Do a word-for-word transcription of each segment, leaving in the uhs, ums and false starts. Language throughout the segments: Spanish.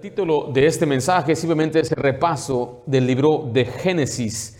título de este mensaje simplemente es el repaso del libro de Génesis.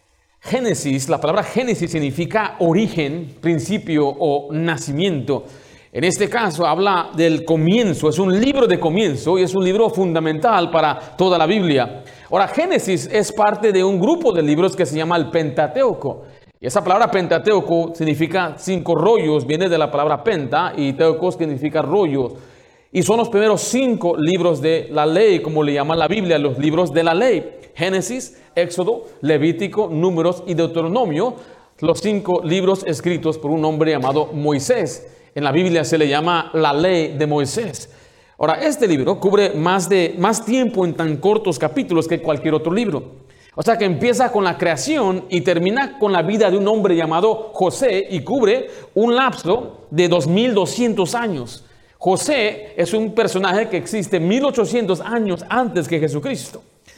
Génesis, la palabra Génesis significa origen, principio o nacimiento. En este caso habla del comienzo, es un libro de comienzo y es un libro fundamental para toda la Biblia. Ahora, Génesis es parte de un grupo de libros que se llama el Pentateuco. Y esa palabra Pentateuco significa cinco rollos, viene de la palabra penta y teuco significa rollos. Y son los primeros cinco libros de la ley, como le llama la Biblia, los libros de la ley. Génesis, Éxodo, Levítico, Números y Deuteronomio, los cinco libros escritos por un hombre llamado Moisés. En la Biblia se le llama la ley de Moisés. Ahora, este libro cubre más, de, más tiempo en tan cortos capítulos que cualquier otro libro. O sea que empieza con la creación y termina con la vida de un hombre llamado José y cubre un lapso de dos mil doscientos años. José es un personaje que existe mil ochocientos años antes que Jesucristo.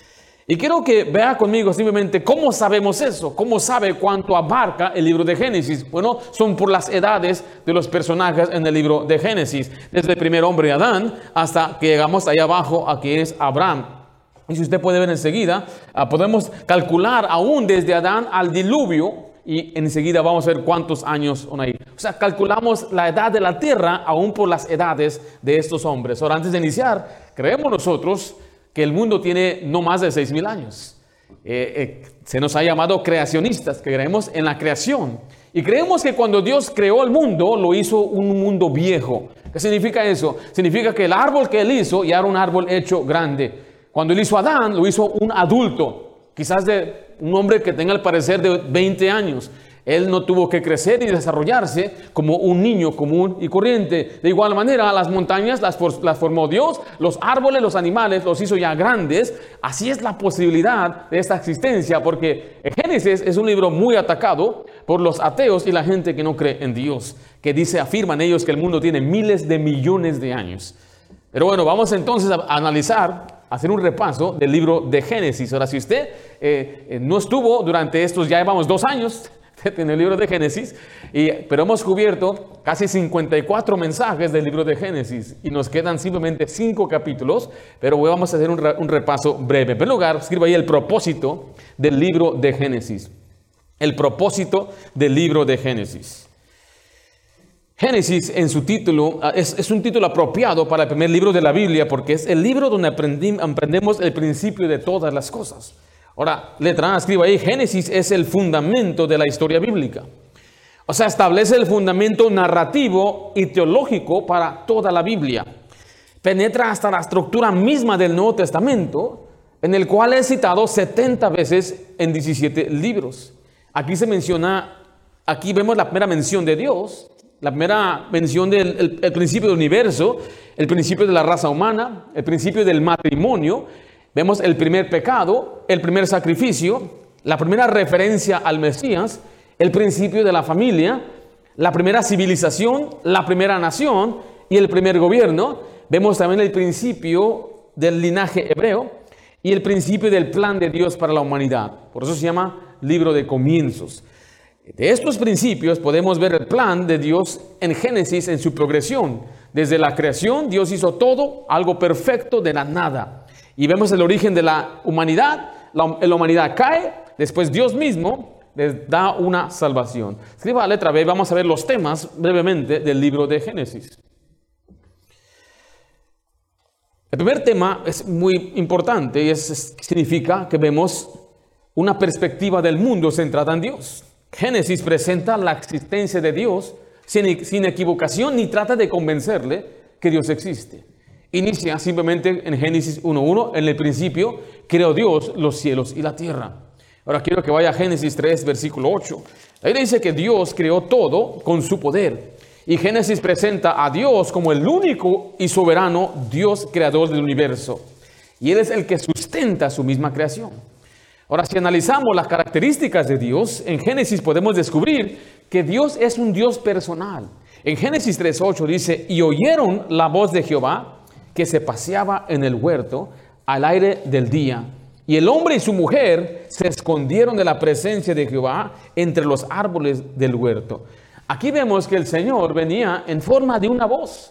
Y quiero que vea conmigo simplemente cómo sabemos eso, cómo sabe cuánto abarca el libro de Génesis. Bueno, son por las edades de los personajes en el libro de Génesis, desde el primer hombre Adán hasta que llegamos ahí abajo a que es Abraham. Y si usted puede ver enseguida, uh, podemos calcular aún desde Adán al diluvio y enseguida vamos a ver cuántos años son ahí. O sea, calculamos la edad de la tierra aún por las edades de estos hombres. Ahora, antes de iniciar, creemos nosotros que el mundo tiene no más de seis mil años. Eh, eh, se nos ha llamado creacionistas, que creemos en la creación. Y creemos que cuando Dios creó el mundo, lo hizo un mundo viejo. ¿Qué significa eso? Significa que el árbol que Él hizo ya era un árbol hecho grande. Cuando Él hizo a Adán, lo hizo un adulto, quizás de un hombre que tenga el parecer de veinte años. Él no tuvo que crecer y desarrollarse como un niño común y corriente. De igual manera, las montañas las, for las formó Dios, los árboles, los animales los hizo ya grandes. Así es la posibilidad de esta existencia, porque Génesis es un libro muy atacado por los ateos y la gente que no cree en Dios, que dice, afirman ellos que el mundo tiene miles de millones de años. Pero bueno, vamos entonces a analizar, a hacer un repaso del libro de Génesis. Ahora, si usted eh, no estuvo durante estos, ya llevamos dos años en el libro de Génesis, y, pero hemos cubierto casi cincuenta y cuatro mensajes del libro de Génesis y nos quedan simplemente cinco capítulos, pero hoy vamos a hacer un, re, un repaso breve. En primer lugar, escriba ahí el propósito del libro de Génesis. El propósito del libro de Génesis. Génesis en su título es, es un título apropiado para el primer libro de la Biblia porque es el libro donde aprendí, aprendemos el principio de todas las cosas. Ahora, letra A, escriba ahí, Génesis es el fundamento de la historia bíblica. O sea, establece el fundamento narrativo y teológico para toda la Biblia. Penetra hasta la estructura misma del Nuevo Testamento, en el cual es citado setenta veces en diecisiete libros. Aquí se menciona, aquí vemos la primera mención de Dios, la primera mención del el, el principio del universo, el principio de la raza humana, el principio del matrimonio. Vemos el primer pecado, el primer sacrificio, la primera referencia al Mesías, el principio de la familia, la primera civilización, la primera nación y el primer gobierno. Vemos también el principio del linaje hebreo y el principio del plan de Dios para la humanidad. Por eso se llama libro de comienzos. De estos principios podemos ver el plan de Dios en Génesis en su progresión. Desde la creación, Dios hizo todo, algo perfecto de la nada. Y vemos el origen de la humanidad, la, la humanidad cae, después Dios mismo les da una salvación. Escriba la letra B, vamos a ver los temas brevemente del libro de Génesis. El primer tema es muy importante y es, es, significa que vemos una perspectiva del mundo centrada en Dios. Génesis presenta la existencia de Dios sin, sin equivocación ni trata de convencerle que Dios existe. Inicia simplemente en Génesis uno uno, en el principio creó Dios los cielos y la tierra. Ahora quiero que vaya a Génesis tres, versículo ocho. Ahí dice que Dios creó todo con su poder. Y Génesis presenta a Dios como el único y soberano Dios creador del universo. Y Él es el que sustenta su misma creación. Ahora, si analizamos las características de Dios, en Génesis podemos descubrir que Dios es un Dios personal. En Génesis tres ocho dice, y oyeron la voz de Jehová, que se paseaba en el huerto al aire del día. Y el hombre y su mujer se escondieron de la presencia de Jehová entre los árboles del huerto. Aquí vemos que el Señor venía en forma de una voz.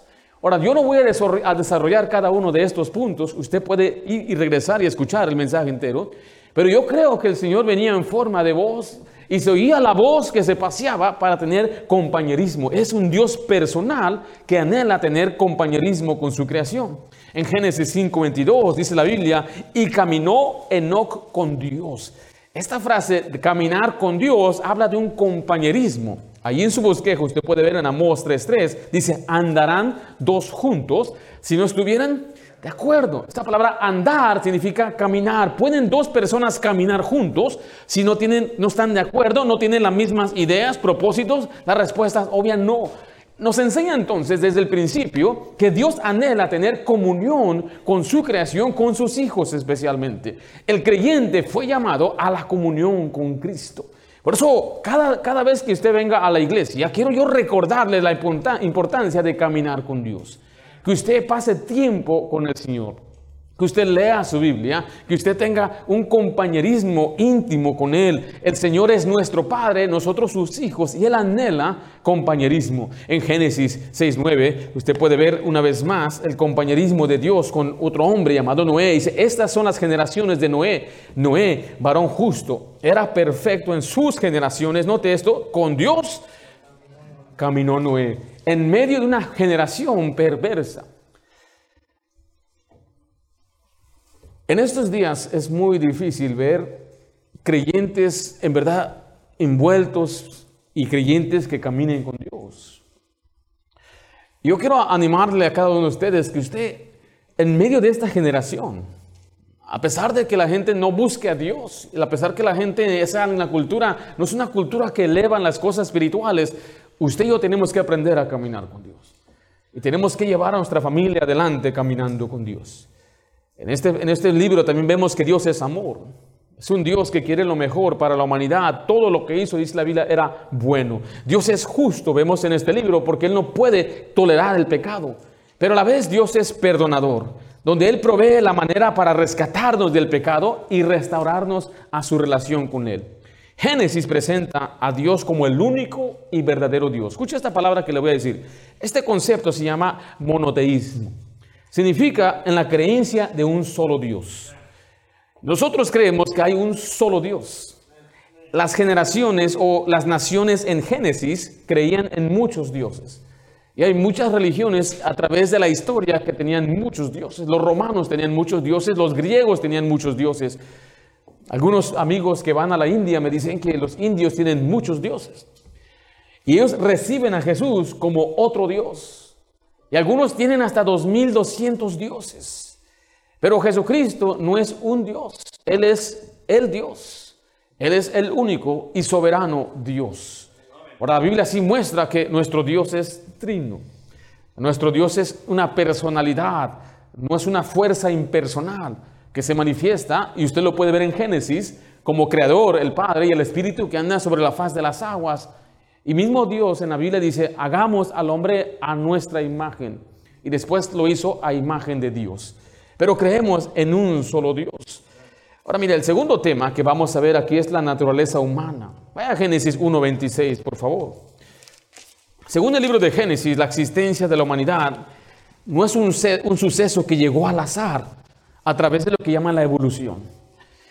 Ahora, yo no voy a desarrollar cada uno de estos puntos. Usted puede ir y regresar y escuchar el mensaje entero. Pero yo creo que el Señor venía en forma de voz y se oía la voz que se paseaba para tener compañerismo. Es un Dios personal que anhela tener compañerismo con su creación. En Génesis cinco veintidós dice la Biblia, y caminó Enoc con Dios. Esta frase de caminar con Dios habla de un compañerismo. Allí en su bosquejo usted puede ver en Amós tres tres, dice, andarán dos juntos si no estuvieran de acuerdo. Esta palabra andar significa caminar. ¿Pueden dos personas caminar juntos si no, tienen, no están de acuerdo, no tienen las mismas ideas, propósitos? La respuesta es obvia, no. Nos enseña entonces desde el principio que Dios anhela tener comunión con su creación, con sus hijos especialmente. El creyente fue llamado a la comunión con Cristo. Por eso, cada, cada vez que usted venga a la iglesia, quiero yo recordarle la importancia de caminar con Dios. Que usted pase tiempo con el Señor, que usted lea su Biblia, que usted tenga un compañerismo íntimo con Él. El Señor es nuestro Padre, nosotros sus hijos, y Él anhela compañerismo. En Génesis seis nueve, usted puede ver una vez más el compañerismo de Dios con otro hombre llamado Noé. Dice, estas son las generaciones de Noé. Noé, varón justo, era perfecto en sus generaciones. Note esto, con Dios caminó Noé, en medio de una generación perversa. En estos días es muy difícil ver creyentes en verdad envueltos y creyentes que caminen con Dios. Yo quiero animarle a cada uno de ustedes que usted, en medio de esta generación, a pesar de que la gente no busque a Dios, a pesar que la gente, esa en la cultura, no es una cultura que eleva las cosas espirituales, usted y yo tenemos que aprender a caminar con Dios. Y tenemos que llevar a nuestra familia adelante caminando con Dios. En este, en este libro también vemos que Dios es amor. Es un Dios que quiere lo mejor para la humanidad. Todo lo que hizo, dice la Biblia, era bueno. Dios es justo, vemos en este libro, porque Él no puede tolerar el pecado. Pero a la vez Dios es perdonador, donde Él provee la manera para rescatarnos del pecado y restaurarnos a su relación con Él. Génesis presenta a Dios como el único y verdadero Dios. Escucha esta palabra que le voy a decir. Este concepto se llama monoteísmo. Significa en la creencia de un solo Dios. Nosotros creemos que hay un solo Dios. Las generaciones o las naciones en Génesis creían en muchos dioses. Y hay muchas religiones a través de la historia que tenían muchos dioses. Los romanos tenían muchos dioses, los griegos tenían muchos dioses. Algunos amigos que van a la India me dicen que los indios tienen muchos dioses. Y ellos reciben a Jesús como otro Dios. Y algunos tienen hasta dos mil doscientos dioses. Pero Jesucristo no es un Dios. Él es el Dios. Él es el único y soberano Dios. Ahora la Biblia sí muestra que nuestro Dios es trino. Nuestro Dios es una personalidad. No es una fuerza impersonal que se manifiesta. Y usted lo puede ver en Génesis como creador, el Padre y el Espíritu que anda sobre la faz de las aguas. Y mismo Dios en la Biblia dice, hagamos al hombre a nuestra imagen. Y después lo hizo a imagen de Dios. Pero creemos en un solo Dios. Ahora mire, el segundo tema que vamos a ver aquí es la naturaleza humana. Vaya a Génesis uno veintiséis, por favor. Según el libro de Génesis, la existencia de la humanidad no es un, un suceso que llegó al azar a través de lo que llaman la evolución.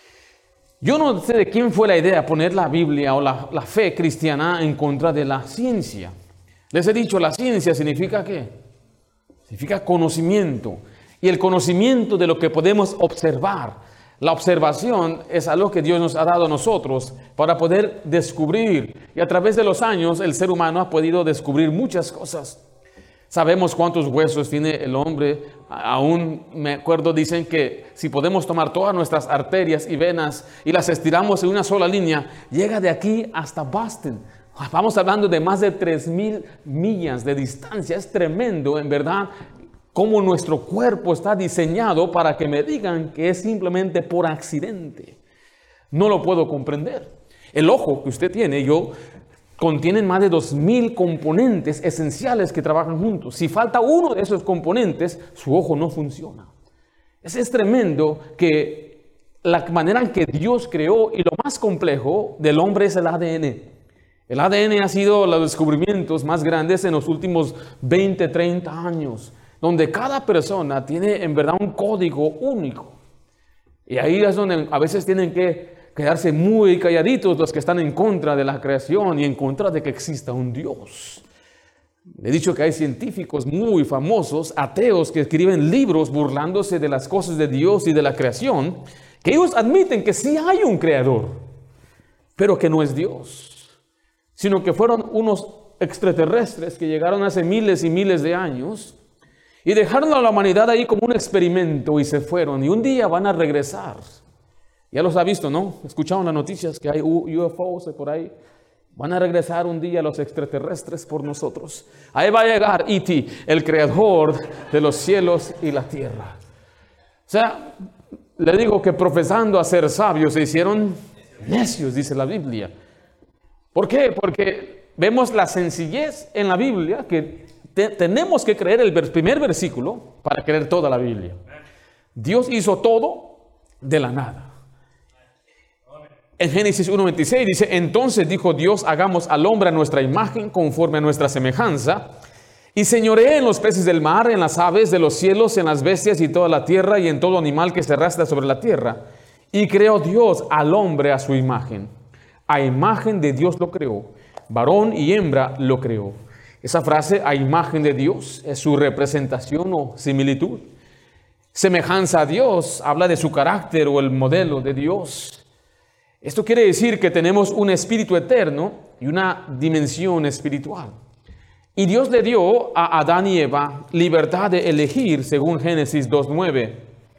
Yo no sé de quién fue la idea poner la Biblia o la, la fe cristiana en contra de la ciencia. Les he dicho, la ciencia significa ¿qué? Significa conocimiento. Y el conocimiento de lo que podemos observar. La observación es algo que Dios nos ha dado a nosotros para poder descubrir. Y a través de los años el ser humano ha podido descubrir muchas cosas. Sabemos cuántos huesos tiene el hombre. Aún me acuerdo, dicen que si podemos tomar todas nuestras arterias y venas y las estiramos en una sola línea, llega de aquí hasta Boston. Vamos hablando de más de tres mil millas de distancia. Es tremendo, en verdad, cómo nuestro cuerpo está diseñado para que me digan que es simplemente por accidente. No lo puedo comprender. El ojo que usted tiene, yo... contienen más de dos mil componentes esenciales que trabajan juntos. Si falta uno de esos componentes, su ojo no funciona. Es, es tremendo que la manera en que Dios creó, y lo más complejo del hombre es el A D N. El A D N ha sido los descubrimientos más grandes en los últimos veinte, treinta años. donde cada persona tiene en verdad un código único. Y ahí es donde a veces tienen que quedarse muy calladitos los que están en contra de la creación y en contra de que exista un Dios. He dicho que hay científicos muy famosos, ateos, que escriben libros burlándose de las cosas de Dios y de la creación, que ellos admiten que sí hay un creador, pero que no es Dios, sino que fueron unos extraterrestres que llegaron hace miles y miles de años y dejaron a la humanidad ahí como un experimento y se fueron, y un día van a regresar. Ya los ha visto, ¿no? Escucharon las noticias que hay U F Os por ahí. Van a regresar un día los extraterrestres por nosotros. Ahí va a llegar E T, el creador de los cielos y la tierra. O sea, le digo que profesando a ser sabios se hicieron necios, dice la Biblia. ¿Por qué? Porque vemos la sencillez en la Biblia, que te, tenemos que creer el primer versículo para creer toda la Biblia. Dios hizo todo de la nada. En Génesis uno veintiséis dice: entonces dijo Dios, hagamos al hombre a nuestra imagen, conforme a nuestra semejanza, y señoree en los peces del mar, en las aves de los cielos, en las bestias y toda la tierra, y en todo animal que se arrastra sobre la tierra. Y creó Dios al hombre a su imagen. A imagen de Dios lo creó, varón y hembra lo creó. Esa frase, a imagen de Dios, es su representación o similitud. Semejanza a Dios habla de su carácter o el modelo de Dios. Esto quiere decir que tenemos un espíritu eterno y una dimensión espiritual. Y Dios le dio a Adán y Eva libertad de elegir, según Génesis dos nueve.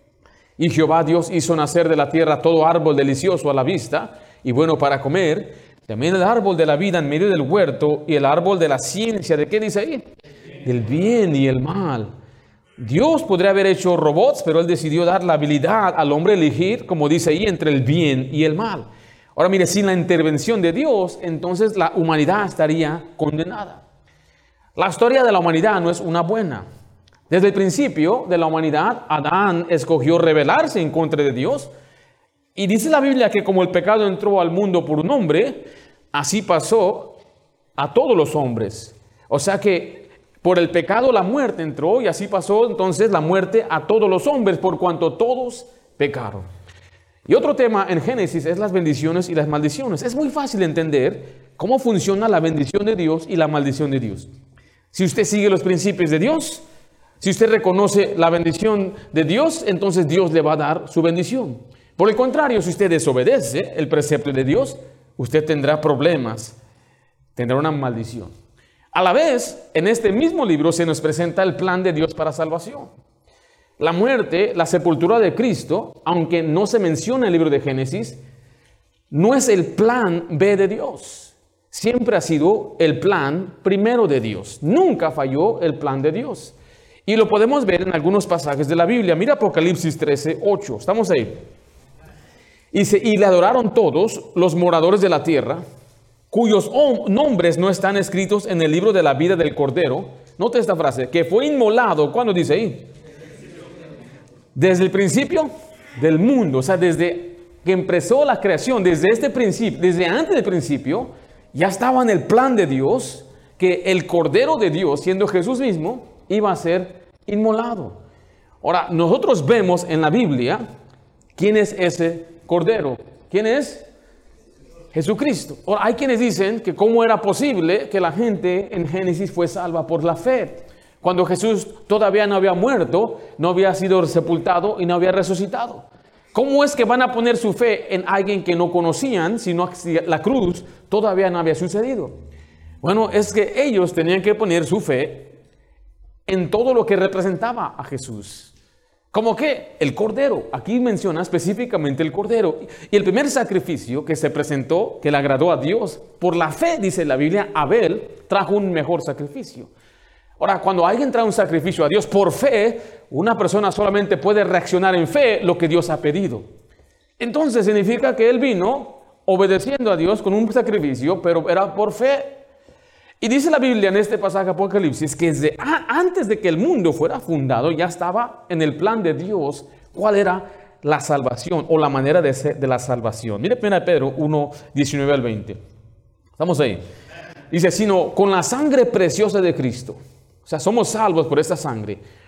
Y Jehová Dios hizo nacer de la tierra todo árbol delicioso a la vista y bueno para comer, también el árbol de la vida en medio del huerto y el árbol de la ciencia. ¿De qué dice ahí? Del bien y el mal. Dios podría haber hecho robots, pero Él decidió dar la habilidad al hombre a elegir, como dice ahí, entre el bien y el mal. Ahora mire, sin la intervención de Dios, entonces la humanidad estaría condenada. La historia de la humanidad no es una buena. Desde el principio de la humanidad, Adán escogió rebelarse en contra de Dios. Y dice la Biblia que como el pecado entró al mundo por un hombre, así pasó a todos los hombres. O sea que por el pecado la muerte entró, y así pasó entonces la muerte a todos los hombres, por cuanto todos pecaron. Y otro tema en Génesis es las bendiciones y las maldiciones. Es muy fácil entender cómo funciona la bendición de Dios y la maldición de Dios. Si usted sigue los principios de Dios, si usted reconoce la bendición de Dios, entonces Dios le va a dar su bendición. Por el contrario, si usted desobedece el precepto de Dios, usted tendrá problemas, tendrá una maldición. A la vez, en este mismo libro se nos presenta el plan de Dios para salvación. La muerte, la sepultura de Cristo, aunque no se menciona en el libro de Génesis, no es el plan B de Dios. Siempre ha sido el plan primero de Dios. Nunca falló el plan de Dios. Y lo podemos ver en algunos pasajes de la Biblia. Mira Apocalipsis trece, ocho. Estamos ahí. Dice: y le adoraron todos los moradores de la tierra, cuyos nombres no están escritos en el libro de la vida del Cordero. Note esta frase, que fue inmolado. ¿Cuándo dice ahí? Desde el principio del mundo. O sea, desde que empezó la creación, desde este principio, desde antes del principio, ya estaba en el plan de Dios que el Cordero de Dios, siendo Jesús mismo, iba a ser inmolado. Ahora, nosotros vemos en la Biblia quién es ese Cordero. ¿Quién es? Jesucristo. Ahora, hay quienes dicen que cómo era posible que la gente en Génesis fue salva por la fe, cuando Jesús todavía no había muerto, no había sido sepultado y no había resucitado. ¿Cómo es que van a poner su fe en alguien que no conocían, sino que la cruz todavía no había sucedido? Bueno, es que ellos tenían que poner su fe en todo lo que representaba a Jesús. ¿Cómo qué? El Cordero. Aquí menciona específicamente el Cordero. Y el primer sacrificio que se presentó, que le agradó a Dios, por la fe, dice la Biblia, Abel trajo un mejor sacrificio. Ahora, cuando alguien trae un sacrificio a Dios por fe, una persona solamente puede reaccionar en fe lo que Dios ha pedido. Entonces significa que él vino obedeciendo a Dios con un sacrificio, pero era por fe. Y dice la Biblia en este pasaje de Apocalipsis que desde antes de que el mundo fuera fundado, ya estaba en el plan de Dios cuál era la salvación o la manera de, ser, de la salvación. Mire primera de Pedro uno, diecinueve al veinte. Estamos ahí. Dice, sino con la sangre preciosa de Cristo. O sea, somos salvos por esta sangre,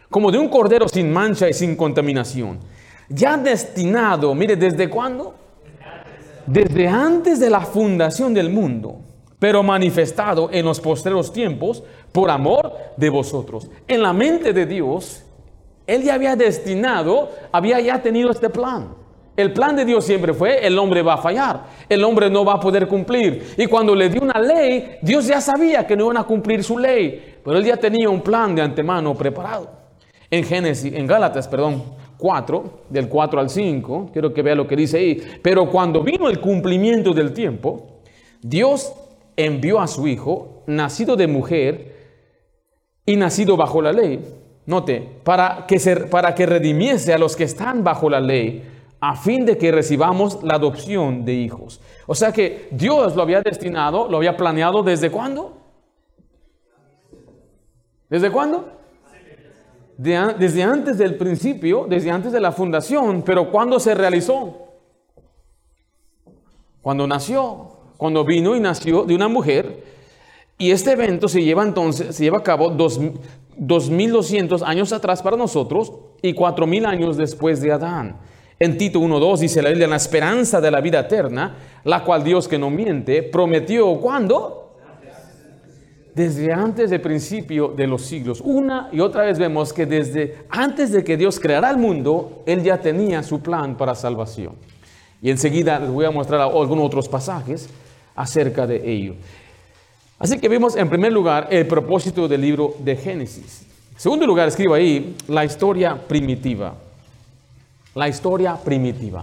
como de un cordero sin mancha y sin contaminación, ya destinado, mire, ¿desde cuándo? Desde antes de la fundación del mundo, pero manifestado en los postreros tiempos por amor de vosotros. En la mente de Dios, Él ya había destinado, había ya tenido este plan. El plan de Dios siempre fue, el hombre va a fallar, el hombre no va a poder cumplir. Y cuando le dio una ley, Dios ya sabía que no iban a cumplir su ley, pero Él ya tenía un plan de antemano preparado. En Génesis, en Gálatas, perdón, cuatro, del cuatro al cinco, quiero que vea lo que dice ahí. Pero cuando vino el cumplimiento del tiempo, Dios envió a su Hijo, nacido de mujer y nacido bajo la ley. Note, para que, se, para que redimiese a los que están bajo la ley, a fin de que recibamos la adopción de hijos. O sea que Dios lo había destinado, lo había planeado ¿desde cuándo? ¿Desde cuándo? De, desde antes del principio, desde antes de la fundación. Pero ¿cuándo se realizó? Cuando nació, cuando vino y nació de una mujer. Y este evento se lleva entonces, se lleva a cabo dos, dos mil doscientos años atrás para nosotros y cuatro mil años después de Adán. En Tito uno dos dice la Biblia, la esperanza de la vida eterna, la cual Dios que no miente, prometió, ¿cuándo? Desde antes del principio de los siglos. Una y otra vez vemos que desde antes de que Dios creara el mundo, Él ya tenía su plan para salvación. Y enseguida les voy a mostrar algunos otros pasajes acerca de ello. Así que vimos en primer lugar el propósito del libro de Génesis. En segundo lugar, escribo ahí la historia primitiva. La historia primitiva.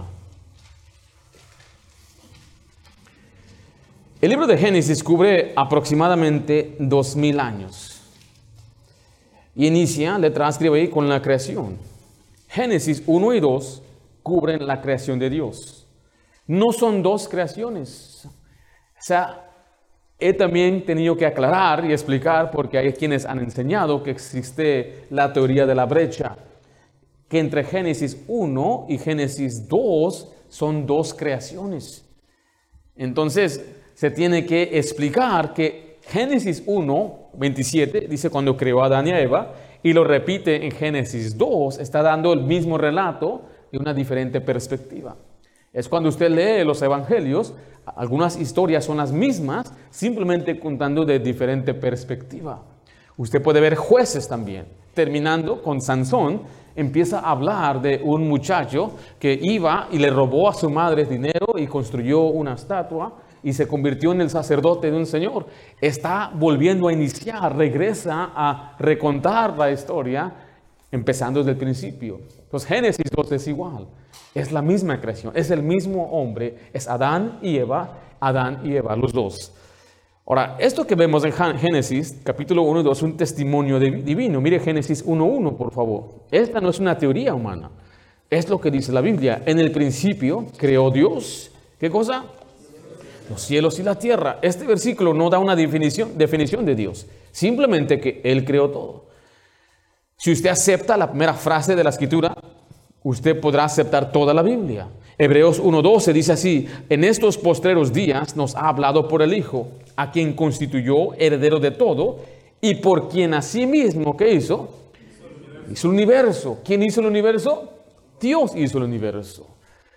El libro de Génesis cubre aproximadamente dos mil años. Y inicia, letra A, escribe ahí, con la creación. Génesis uno y dos cubren la creación de Dios. No son dos creaciones. O sea, he también tenido que aclarar y explicar, porque hay quienes han enseñado que existe la teoría de la brecha, que entre Génesis uno y Génesis dos son dos creaciones. Entonces, se tiene que explicar que Génesis uno, veintisiete, dice cuando creó a Adán y a Eva, y lo repite en Génesis dos, está dando el mismo relato de una diferente perspectiva. Es cuando usted lee los evangelios, algunas historias son las mismas, simplemente contando de diferente perspectiva. Usted puede ver Jueces también, terminando con Sansón, empieza a hablar de un muchacho que iba y le robó a su madre dinero y construyó una estatua y se convirtió en el sacerdote de un señor. Está volviendo a iniciar, regresa a recontar la historia, empezando desde el principio. Entonces Génesis dos es igual, es la misma creación, es el mismo hombre, es Adán y Eva, Adán y Eva, los dos. Ahora, esto que vemos en Génesis, capítulo uno y dos, es un testimonio divino. Mire Génesis uno uno, por favor. Esta no es una teoría humana, es lo que dice la Biblia. En el principio creó Dios, ¿qué cosa? Los cielos y la tierra. Este versículo no da una definición, definición de Dios, simplemente que Él creó todo. Si usted acepta la primera frase de la Escritura, usted podrá aceptar toda la Biblia. Hebreos uno doce dice así: en estos postreros días nos ha hablado por el Hijo, a quien constituyó heredero de todo, y por quien asimismo, ¿qué hizo? Hizo el universo. ¿Quién hizo el universo? Dios hizo el universo.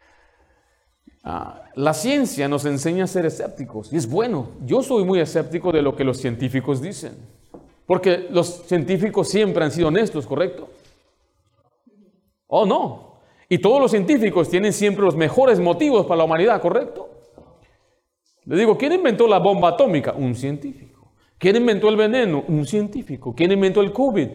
Ah, la ciencia nos enseña a ser escépticos, y es bueno. Yo soy muy escéptico de lo que los científicos dicen, porque los científicos siempre han sido honestos, ¿correcto? ¿Oh, no? Y todos los científicos tienen siempre los mejores motivos para la humanidad, ¿correcto? Les digo, ¿quién inventó la bomba atómica? Un científico. ¿Quién inventó el veneno? Un científico. ¿Quién inventó el COVID?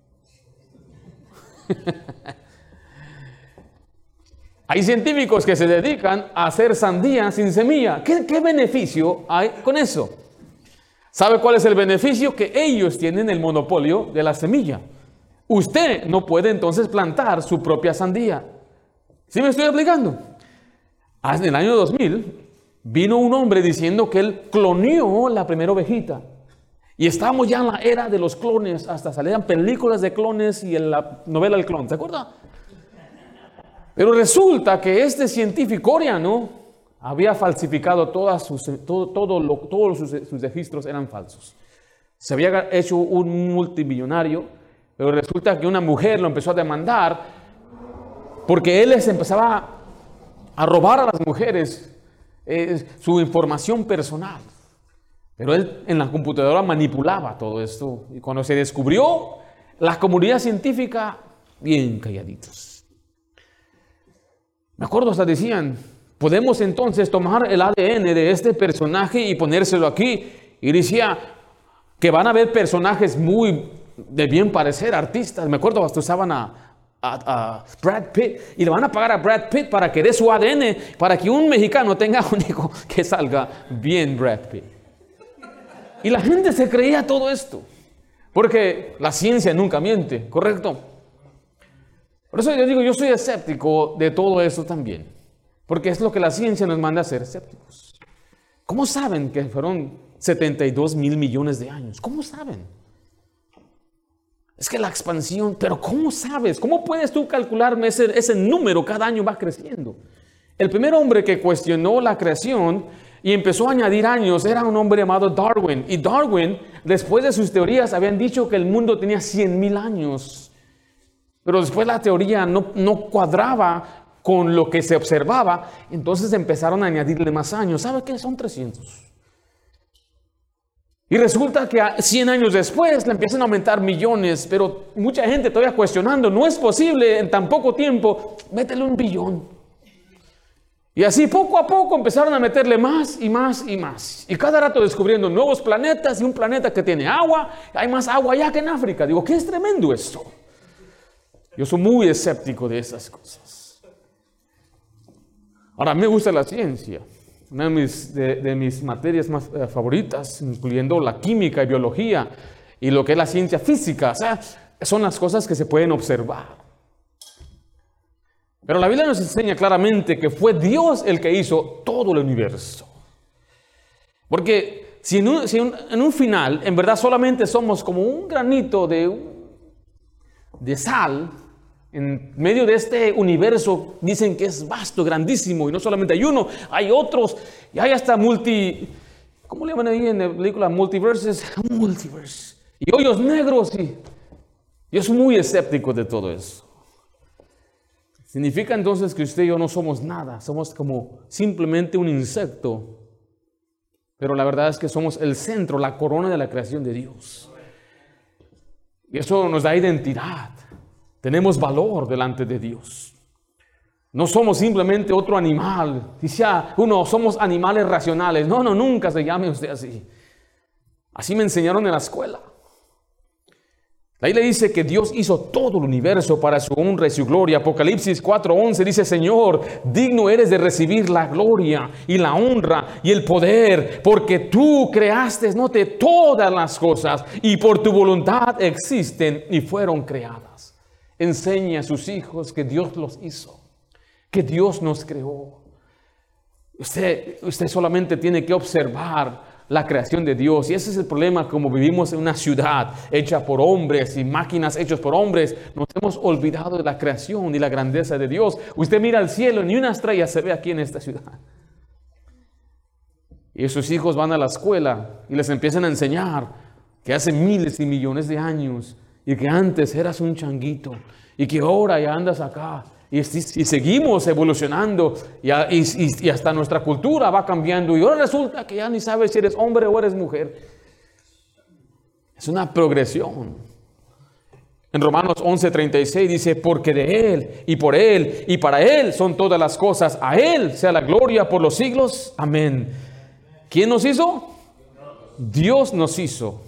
Hay científicos que se dedican a hacer sandía sin semilla. ¿Qué, qué beneficio hay con eso? ¿Sabe cuál es el beneficio? Que ellos tienen el monopolio de la semilla. Usted no puede entonces plantar su propia sandía. ¿Sí me estoy explicando? En el año dos mil vino un hombre diciendo que él cloneó la primera ovejita. Y estamos ya en la era de los clones. Hasta salían películas de clones y en la novela El Clon. ¿Se acuerda? Pero resulta que este científico coreano había falsificado todas sus, todo, todo lo, todos sus, sus registros eran falsos. Se había hecho un multimillonario Pero resulta que una mujer lo empezó a demandar porque él les empezaba a robar a las mujeres eh, su información personal. Pero él en la computadora manipulaba todo esto. Y cuando se descubrió, la comunidad científica, bien calladitos. Me acuerdo, hasta decían, podemos entonces tomar el A D N de este personaje y ponérselo aquí. Y decía que van a haber personajes muy de bien parecer, artistas. Me acuerdo, hasta usaban a, a, a Brad Pitt. Y le van a pagar a Brad Pitt para que dé su A D N, para que un mexicano tenga un hijo que salga bien Brad Pitt. Y la gente se creía todo esto, porque la ciencia nunca miente, ¿correcto? Por eso yo digo, yo soy escéptico de todo eso también, porque es lo que la ciencia nos manda a ser escépticos. ¿Cómo saben que fueron setenta y dos mil millones de años? ¿Cómo saben? Es que la expansión, pero ¿cómo sabes? ¿Cómo puedes tú calcularme ese, ese número? Cada año va creciendo. El primer hombre que cuestionó la creación y empezó a añadir años era un hombre llamado Darwin. Y Darwin, después de sus teorías, habían dicho que el mundo tenía cien mil años. Pero después la teoría no, no cuadraba con lo que se observaba. Entonces empezaron a añadirle más años. ¿Sabe qué? Son trescientos. Y resulta que cien años después le empiezan a aumentar millones. Pero mucha gente todavía cuestionando. No es posible en tan poco tiempo. Métele un billón. Y así poco a poco empezaron a meterle más y más y más. Y cada rato descubriendo nuevos planetas y un planeta que tiene agua. Hay más agua allá que en África. Digo, ¿qué es tremendo esto? Yo soy muy escéptico de esas cosas. Ahora, me gusta la ciencia. Una de mis, de, de mis materias más eh, favoritas, incluyendo la química y biología y lo que es la ciencia física. O sea, son las cosas que se pueden observar. Pero la Biblia nos enseña claramente que fue Dios el que hizo todo el universo. Porque si en un, si un, en un final, en verdad solamente somos como un granito de, de sal, en medio de este universo dicen que es vasto, grandísimo, y no solamente hay uno, hay otros, y hay hasta multi, ¿cómo le llaman ahí en la película? Multiverses, multiverse, y hoyos negros, y yo soy muy escéptico de todo eso. Significa entonces que usted y yo no somos nada, somos como simplemente un insecto. Pero la verdad es que somos el centro, la corona de la creación de Dios. Y eso nos da identidad. Tenemos valor delante de Dios. No somos simplemente otro animal. Dice uno, somos animales racionales. No, no, nunca se llame usted así. Así me enseñaron en la escuela. La Biblia dice que Dios hizo todo el universo para su honra y su gloria. Apocalipsis cuatro once dice, Señor, digno eres de recibir la gloria y la honra y el poder, porque tú creaste, note, todas las cosas y por tu voluntad existen y fueron creadas. Enseña a sus hijos que Dios los hizo, que Dios nos creó. Usted, usted solamente tiene que observar la creación de Dios. Y ese es el problema, como vivimos en una ciudad hecha por hombres y máquinas hechas por hombres, nos hemos olvidado de la creación y la grandeza de Dios. Usted mira al cielo, ni una estrella se ve aquí en esta ciudad. Y sus hijos van a la escuela y les empiezan a enseñar que hace miles y millones de años y que antes eras un changuito y que ahora ya andas acá. Y, y seguimos evolucionando y, y, y hasta nuestra cultura va cambiando y ahora resulta que ya ni sabes si eres hombre o eres mujer. Es una progresión. En Romanos once treinta y seis dice, porque de Él y por Él y para Él son todas las cosas. A Él sea la gloria por los siglos. Amén. ¿Quién nos hizo? Dios nos hizo.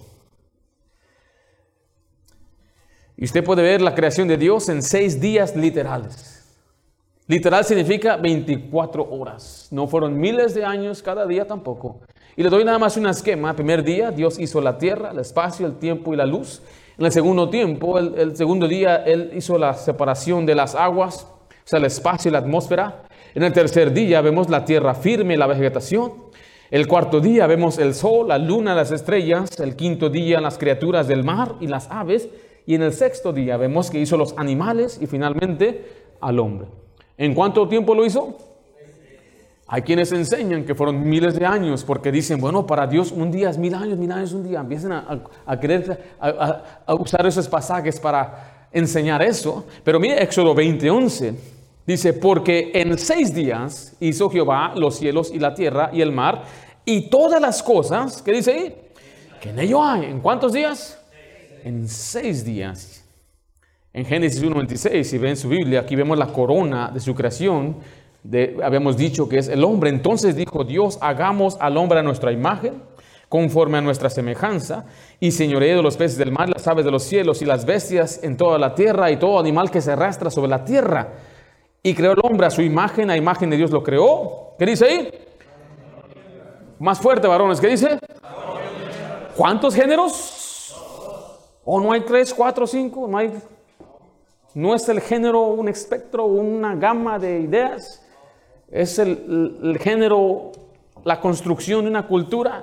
Y usted puede ver la creación de Dios en seis días literales. Literal significa veinticuatro horas. No fueron miles de años cada día tampoco. Y le doy nada más un esquema. El primer día Dios hizo la tierra, el espacio, el tiempo y la luz. En el segundo tiempo, el, el segundo día, Él hizo la separación de las aguas, o sea, el espacio y la atmósfera. En el tercer día vemos la tierra firme y la vegetación. El cuarto día vemos el sol, la luna, las estrellas. El quinto día las criaturas del mar y las aves. Y en el sexto día vemos que hizo los animales y finalmente al hombre. ¿En cuánto tiempo lo hizo? Hay quienes enseñan que fueron miles de años porque dicen, bueno, para Dios un día es mil años, mil años es un día. Empiezan a, a, a querer a, a, a usar esos pasajes para enseñar eso. Pero mire Éxodo veinte, once. Dice, porque en seis días hizo Jehová los cielos y la tierra y el mar y todas las cosas, ¿qué dice ahí? Que en ello hay. ¿En cuántos días? En seis días. En Génesis uno veintiséis, si ven su Biblia, aquí vemos la corona de su creación. De, habíamos dicho que es el hombre. Entonces dijo Dios, hagamos al hombre a nuestra imagen, conforme a nuestra semejanza, y señoree de los peces del mar, las aves de los cielos y las bestias en toda la tierra y todo animal que se arrastra sobre la tierra. Y creó el hombre a su imagen, a imagen de Dios lo creó. ¿Qué dice ahí? Más fuerte, varones, ¿qué dice? ¿Cuántos géneros? ¿O no hay tres, cuatro, cinco? No hay... No es el género un espectro, una gama de ideas. Es el, el, el género, la construcción de una cultura.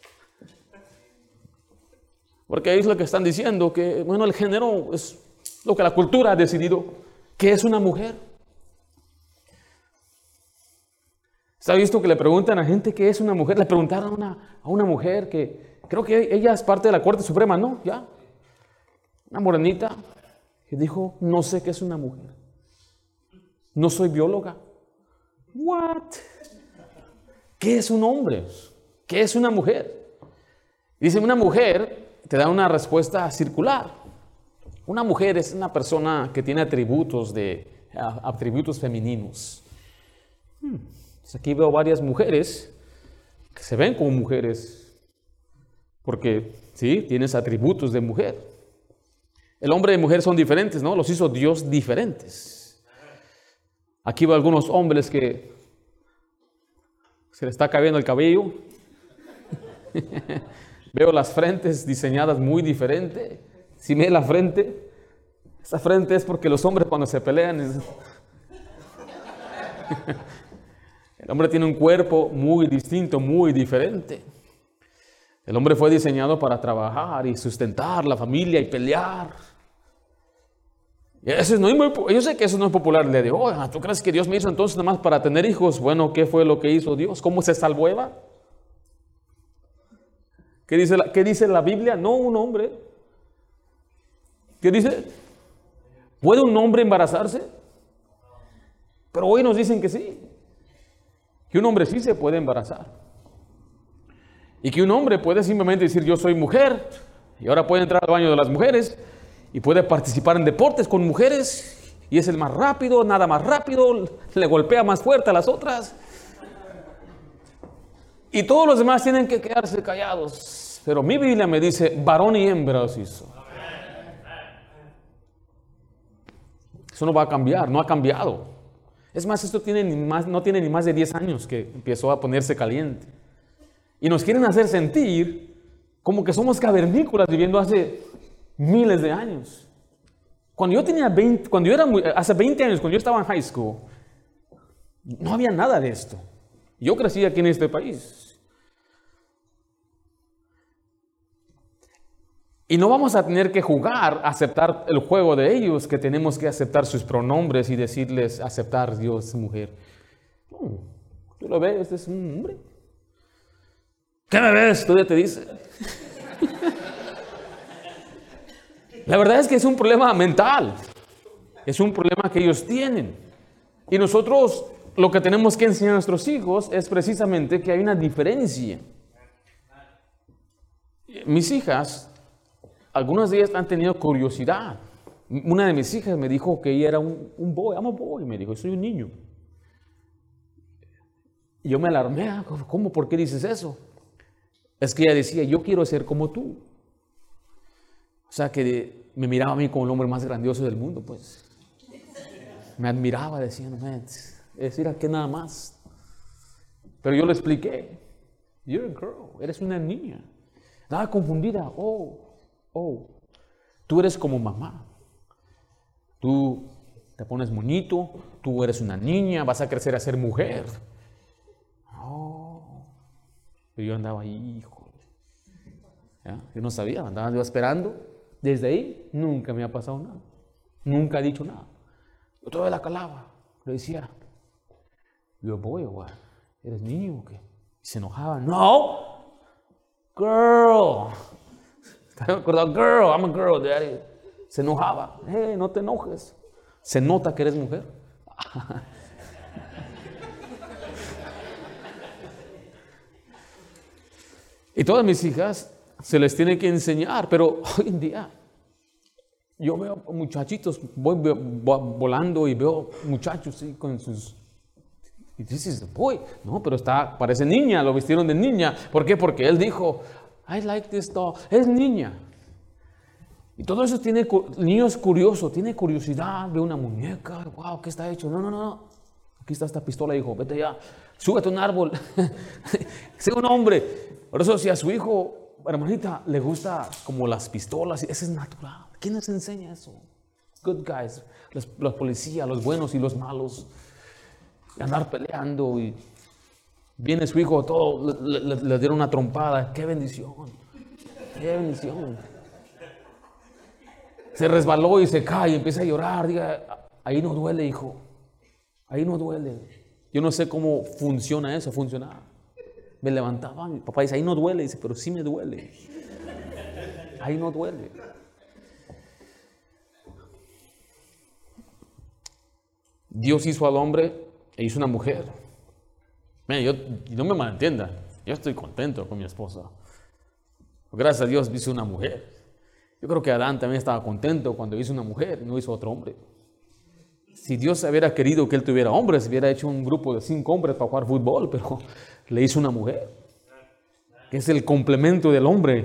Porque ahí es lo que están diciendo, que bueno, el género es lo que la cultura ha decidido, que es una mujer. ¿Se ha visto que le preguntan a gente qué es una mujer? Le preguntaron a una, a una mujer que creo que ella es parte de la Corte Suprema, ¿no? Ya. Una morenita. Y dijo, no sé qué es una mujer. No soy bióloga. What? ¿Qué es un hombre? ¿Qué es una mujer? Dice, una mujer te da una respuesta circular. Una mujer es una persona que tiene atributos de atributos femeninos. Hmm. Pues aquí veo varias mujeres que se ven como mujeres porque sí, tienes atributos de mujer. El hombre y mujer son diferentes, ¿no? Los hizo Dios diferentes. Aquí veo algunos hombres que se les está cayendo el cabello. Veo las frentes diseñadas muy diferente. Si me ve la frente, esa frente es porque los hombres cuando se pelean es... El hombre tiene un cuerpo muy distinto, muy diferente. El hombre fue diseñado para trabajar y sustentar la familia y pelear. Y eso no es muy, yo sé que eso no es popular el día de hoy. ¿Tú crees que Dios me hizo entonces nada más para tener hijos? Bueno, ¿qué fue lo que hizo Dios? ¿Cómo se salvó Eva? ¿Qué dice la, qué dice la Biblia? No un hombre. ¿Qué dice? ¿Puede un hombre embarazarse? Pero hoy nos dicen que sí. Que un hombre sí se puede embarazar. Y que un hombre puede simplemente decir yo soy mujer y ahora puede entrar al baño de las mujeres y puede participar en deportes con mujeres y es el más rápido, nada más rápido, le golpea más fuerte a las otras. Y todos los demás tienen que quedarse callados. Pero mi Biblia me dice varón y hembra os hizo. Eso no va a cambiar, no ha cambiado. Es más, esto tiene ni más, no tiene ni más de diez años que empezó a ponerse caliente. Y nos quieren hacer sentir como que somos cavernícolas viviendo hace miles de años. Cuando yo tenía veinte, cuando yo era muy, hace veinte años, cuando yo estaba en high school, no había nada de esto. Yo crecí aquí en este país. Y no vamos a tener que jugar a aceptar el juego de ellos, que tenemos que aceptar sus pronombres y decirles aceptar Dios mujer. No, tú lo ves, este es un hombre. ¿Qué me ves? Todavía te dice. La verdad es que es un problema mental. Es un problema que ellos tienen. Y nosotros lo que tenemos que enseñar a nuestros hijos es precisamente que hay una diferencia. Mis hijas, algunas de ellas han tenido curiosidad. Una de mis hijas me dijo que ella era un, un boy, I'm a boy, me dijo, soy un niño. Y yo me alarmé, ¿cómo? ¿Por qué dices eso? Es que ella decía, yo quiero ser como tú. O sea, que me miraba a mí como el hombre más grandioso del mundo, pues. Me admiraba, decía, no, es decir, que nada más. Pero yo le expliqué, you're a girl, eres una niña. Estaba confundida, oh. Oh, tú eres como mamá. Tú te pones moñito, tú eres una niña, vas a crecer a ser mujer. Oh, pero yo andaba ahí, hijo. ¿Ya? Yo no sabía, andaba yo esperando. Desde ahí nunca me ha pasado nada. Nunca he dicho nada. Yo todavía la calaba. Le decía, you're a boy or what? ¿eres niño o qué? Y se enojaba. No, girl. ¿Te acordado? Girl, I'm a girl, daddy. Se enojaba. Hey, no te enojes. Se nota que eres mujer. Y todas mis hijas se les tiene que enseñar, pero hoy en día yo veo muchachitos, voy volando y veo muchachos ¿sí? con sus... Y dices, boy, no, pero está, parece niña, lo vistieron de niña. ¿Por qué? Porque él dijo, I like this doll, es niña. Y todo eso tiene, el niño es curioso, tiene curiosidad, ve una muñeca, wow, ¿qué está hecho? No, no, no, aquí está esta pistola, hijo, vete ya, súbete a un árbol, sé un hombre. Por eso si a su hijo, hermanita, le gusta como las pistolas, eso es natural. ¿Quién les enseña eso? Good guys, los, los policías, los buenos y los malos, y andar peleando y viene su hijo, todo, le, le, le dieron una trompada, qué bendición, qué bendición. Se resbaló y se cae y empieza a llorar. Diga, ahí no duele, hijo. Ahí no duele. Yo no sé cómo funciona eso, funcionaba. Me levantaba, mi papá dice, ahí no duele. Dice, pero sí me duele. Ahí no duele. Dios hizo al hombre e hizo una mujer. Mira, yo, no me malentienda. Yo estoy contento con mi esposa. Gracias a Dios hizo una mujer. Yo creo que Adán también estaba contento cuando hizo una mujer, no hizo otro hombre. Si Dios hubiera querido que él tuviera hombres, hubiera hecho un grupo de cinco hombres para jugar fútbol, pero le hizo una mujer, que es el complemento del hombre.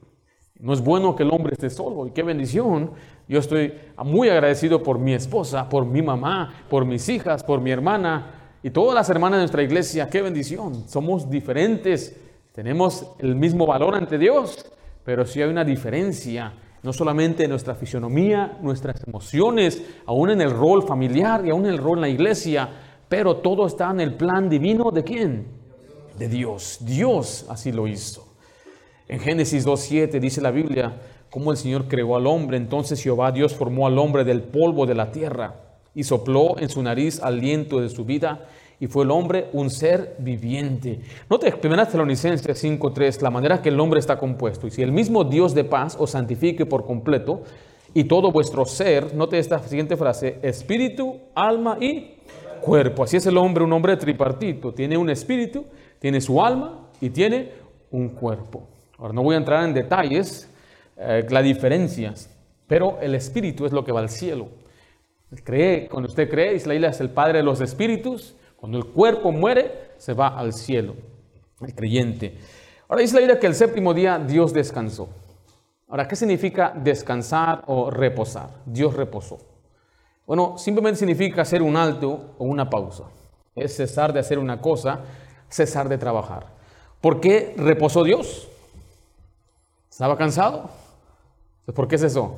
No es bueno que el hombre esté solo, y qué bendición. Yo estoy muy agradecido por mi esposa, por mi mamá, por mis hijas, por mi hermana, y todas las hermanas de nuestra iglesia, qué bendición. Somos diferentes, tenemos el mismo valor ante Dios, pero sí hay una diferencia, no solamente en nuestra fisionomía, nuestras emociones, aún en el rol familiar y aún en el rol en la iglesia, pero todo está en el plan divino ¿de quién? De Dios. Dios así lo hizo. En Génesis dos siete dice la Biblia, cómo el Señor creó al hombre. Entonces Jehová Dios formó al hombre del polvo de la tierra y sopló en su nariz aliento de su vida, y fue el hombre un ser viviente. Note primera Tesalonicenses cinco tres, la manera que el hombre está compuesto. Y si el mismo Dios de paz os santifique por completo, y todo vuestro ser, note esta siguiente frase, espíritu, alma y cuerpo. Así es el hombre, un hombre tripartito. Tiene un espíritu, tiene su alma y tiene un cuerpo. Ahora no voy a entrar en detalles, eh, las diferencias, pero el espíritu es lo que va al cielo. Cree, cuando usted cree, Israel es el padre de los espíritus. Cuando el cuerpo muere, se va al cielo, el creyente. Ahora dice la Biblia que el séptimo día Dios descansó. Ahora, ¿qué significa descansar o reposar? Dios reposó. Bueno, simplemente significa hacer un alto o una pausa. Es cesar de hacer una cosa, cesar de trabajar. ¿Por qué reposó Dios? ¿Estaba cansado? ¿Por qué cesó?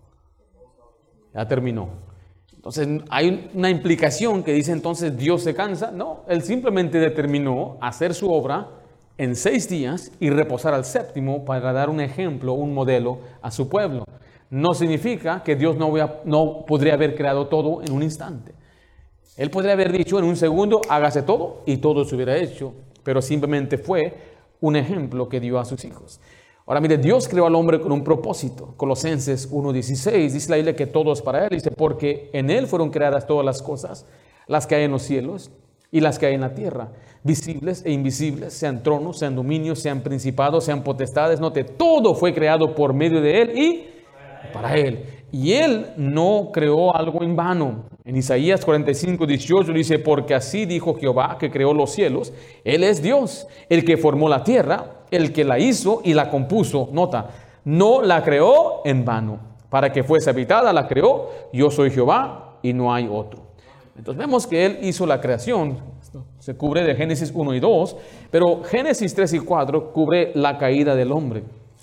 Ya terminó. Entonces, hay una implicación que dice entonces Dios se cansa. No, Él simplemente determinó hacer su obra en seis días y reposar al séptimo para dar un ejemplo, un modelo a su pueblo. No significa que Dios no, vea, no podría haber creado todo en un instante. Él podría haber dicho en un segundo, hágase todo, y todo se hubiera hecho, pero simplemente fue un ejemplo que dio a sus hijos. Ahora mire, Dios creó al hombre con un propósito. Colosenses uno dieciséis dice la Biblia que todo es para Él. Dice, porque en Él fueron creadas todas las cosas, las que hay en los cielos y las que hay en la tierra, visibles e invisibles, sean tronos, sean dominios, sean principados, sean potestades. Note, todo fue creado por medio de Él y para Él. Y Él no creó algo en vano. En Isaías cuarenta y cinco dieciocho dice, porque así dijo Jehová que creó los cielos. Él es Dios, el que formó la tierra, el que la hizo y la compuso. Nota, no la creó en vano. Para que fuese habitada la creó. Yo soy Jehová y no hay otro. Entonces vemos que Él hizo la creación. Esto se cubre de Génesis uno y dos. Pero Génesis tres y cuatro cubre la caída del hombre.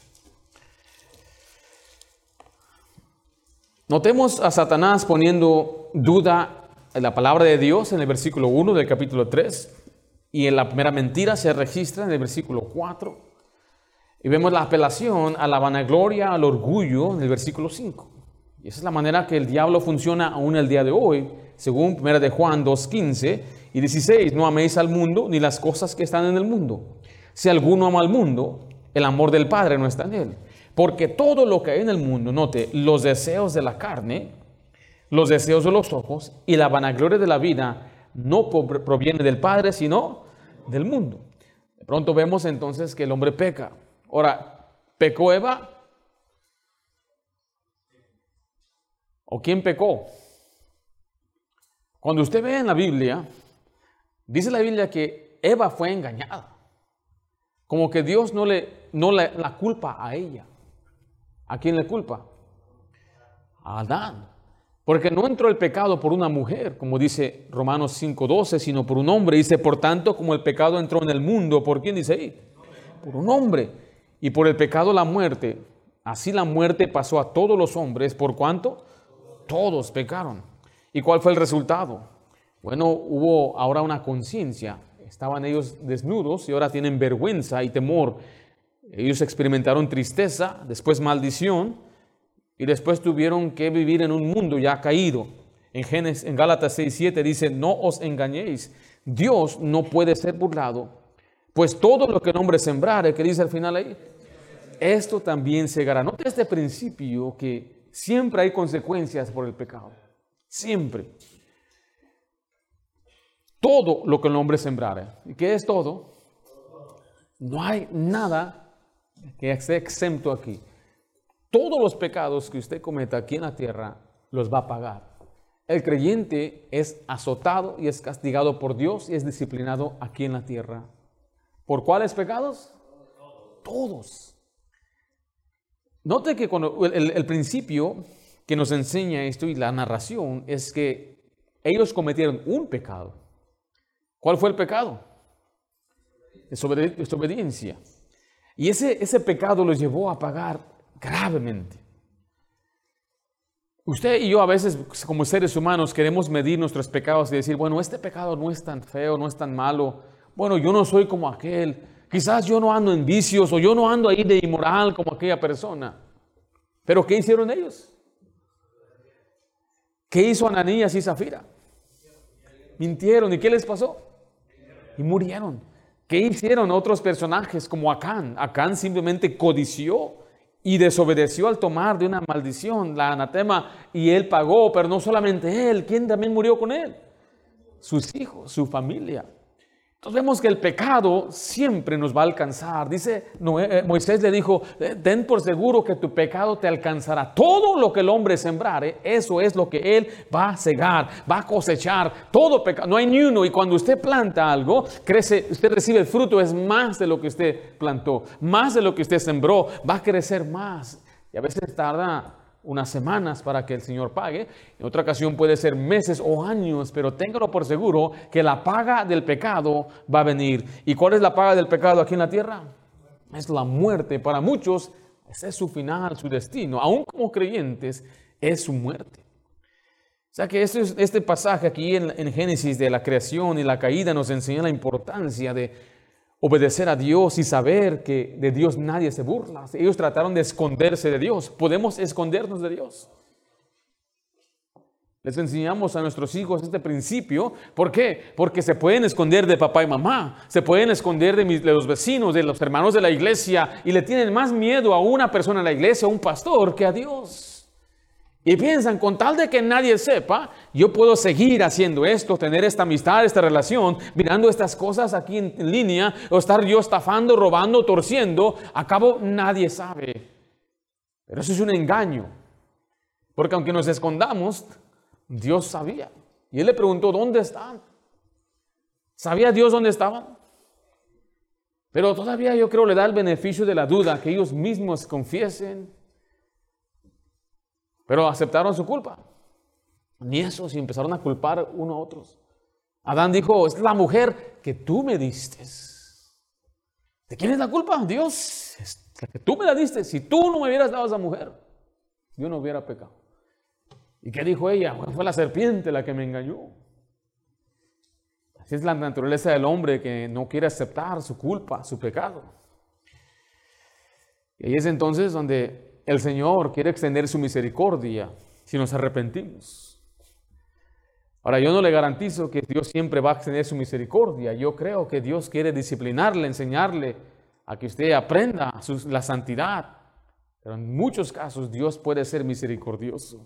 Notemos a Satanás poniendo duda en la palabra de Dios en el versículo uno del capítulo tres. Y en la primera mentira se registra en el versículo cuatro. Y vemos la apelación a la vanagloria, al orgullo en el versículo cinco. Y esa es la manera que el diablo funciona aún el día de hoy. según primera de Juan dos, quince y dieciséis, no améis al mundo ni las cosas que están en el mundo. Si alguno ama al mundo, el amor del Padre no está en él. Porque todo lo que hay en el mundo, note, los deseos de la carne, los deseos de los ojos y la vanagloria de la vida no proviene del Padre, sino del mundo. De pronto vemos entonces que el hombre peca. Ahora, ¿pecó Eva? ¿O quién pecó? Cuando usted ve en la Biblia, dice la Biblia que Eva fue engañada. Como que Dios no le no le, la culpa a ella. ¿A quién le culpa? A Adán. Porque no entró el pecado por una mujer, como dice Romanos cinco doce, sino por un hombre. Dice, por tanto, como el pecado entró en el mundo, ¿por quién dice ahí? Por un hombre. Y por el pecado la muerte. Así la muerte pasó a todos los hombres. ¿Por cuánto? Todos pecaron. ¿Y cuál fue el resultado? Bueno, hubo ahora una conciencia. Estaban ellos desnudos y ahora tienen vergüenza y temor. Ellos experimentaron tristeza, después maldición y después tuvieron que vivir en un mundo ya caído. En, Génesis, en Gálatas seis siete dice, no os engañéis, Dios no puede ser burlado, pues todo lo que el hombre sembrare, ¿qué dice al final ahí? Esto también segará. Note este principio que siempre hay consecuencias por el pecado, siempre. Todo lo que el hombre sembrare. ¿Y qué es todo? No hay nada que esté exento aquí. Todos los pecados que usted cometa aquí en la tierra los va a pagar. El creyente es azotado y es castigado por Dios y es disciplinado aquí en la tierra. ¿Por cuáles pecados? Todos. Note que cuando el, el principio que nos enseña esto y la narración es que ellos cometieron un pecado. ¿Cuál fue el pecado? Desobedi- desobediencia. Y ese, ese pecado los llevó a pagar gravemente. Usted y yo a veces como seres humanos queremos medir nuestros pecados y decir, bueno, este pecado no es tan feo, no es tan malo. Bueno, yo no soy como aquel. Quizás yo no ando en vicios o yo no ando ahí de inmoral como aquella persona. Pero ¿qué hicieron ellos? ¿Qué hizo Ananías y Zafira? Mintieron. ¿Y qué les pasó? Y murieron. ¿Qué hicieron otros personajes como Acán? Acán simplemente codició y desobedeció al tomar de una maldición, la anatema, y él pagó, pero no solamente él, ¿quién también murió con él? Sus hijos, su familia. Entonces vemos que el pecado siempre nos va a alcanzar. Dice Noé, eh, Moisés le dijo, ten por seguro que tu pecado te alcanzará. Todo lo que el hombre sembrare, eso es lo que él va a cegar, va a cosechar. Todo pecado, no hay ni uno. Y cuando usted planta algo, crece, usted recibe el fruto, es más de lo que usted plantó, más de lo que usted sembró, va a crecer más. Y a veces tarda unas semanas para que el Señor pague. En otra ocasión puede ser meses o años, pero téngalo por seguro que la paga del pecado va a venir. ¿Y cuál es la paga del pecado aquí en la tierra? Es la muerte. Para muchos, ese es su final, su destino. Aún como creyentes, es su muerte. O sea que este, este pasaje aquí en, en Génesis de la creación y la caída nos enseña la importancia de obedecer a Dios y saber que de Dios nadie se burla. Ellos trataron de esconderse de Dios. ¿Podemos escondernos de Dios? Les enseñamos a nuestros hijos este principio. ¿Por qué? Porque se pueden esconder de papá y mamá. Se pueden esconder de, mis, de los vecinos, de los hermanos de la iglesia. Y le tienen más miedo a una persona en la iglesia, a un pastor, que a Dios. Y piensan, con tal de que nadie sepa, yo puedo seguir haciendo esto, tener esta amistad, esta relación, mirando estas cosas aquí en, en línea, o estar yo estafando, robando, torciendo. A cabo nadie sabe. Pero eso es un engaño. Porque aunque nos escondamos, Dios sabía. Y Él le preguntó, ¿dónde están? ¿Sabía Dios dónde estaban? Pero todavía yo creo le da el beneficio de la duda, que ellos mismos confiesen. Pero aceptaron su culpa. Ni eso, si empezaron a culpar uno a otros. Adán dijo, es la mujer que tú me diste. ¿De quién es la culpa? Dios, es la que tú me la diste. Si tú no me hubieras dado a esa mujer, yo no hubiera pecado. ¿Y qué dijo ella? Bueno, fue la serpiente la que me engañó. Así es la naturaleza del hombre, que no quiere aceptar su culpa, su pecado. Y ahí es entonces donde el Señor quiere extender su misericordia si nos arrepentimos. Ahora, yo no le garantizo que Dios siempre va a tener su misericordia. Yo creo que Dios quiere disciplinarle, enseñarle a que usted aprenda su, la santidad. Pero en muchos casos Dios puede ser misericordioso.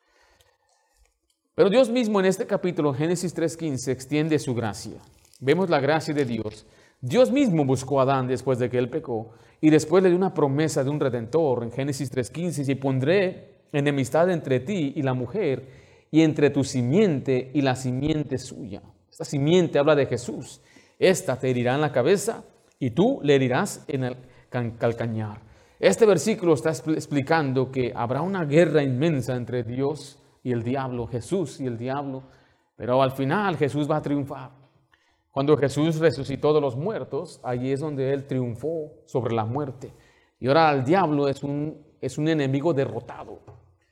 Pero Dios mismo en este capítulo, Génesis tres quince, extiende su gracia. Vemos la gracia de Dios. Dios mismo buscó a Adán después de que él pecó y después le dio una promesa de un redentor. En Génesis tres quince dice: y pondré enemistad entre ti y la mujer, y entre tu simiente y la simiente suya. Esta simiente habla de Jesús. Esta te herirá en la cabeza y tú le herirás en el calcañar. Este versículo está explicando que habrá una guerra inmensa entre Dios y el diablo, Jesús y el diablo, pero al final Jesús va a triunfar. Cuando Jesús resucitó de los muertos, allí es donde Él triunfó sobre la muerte. Y ahora el diablo es un, es un enemigo derrotado.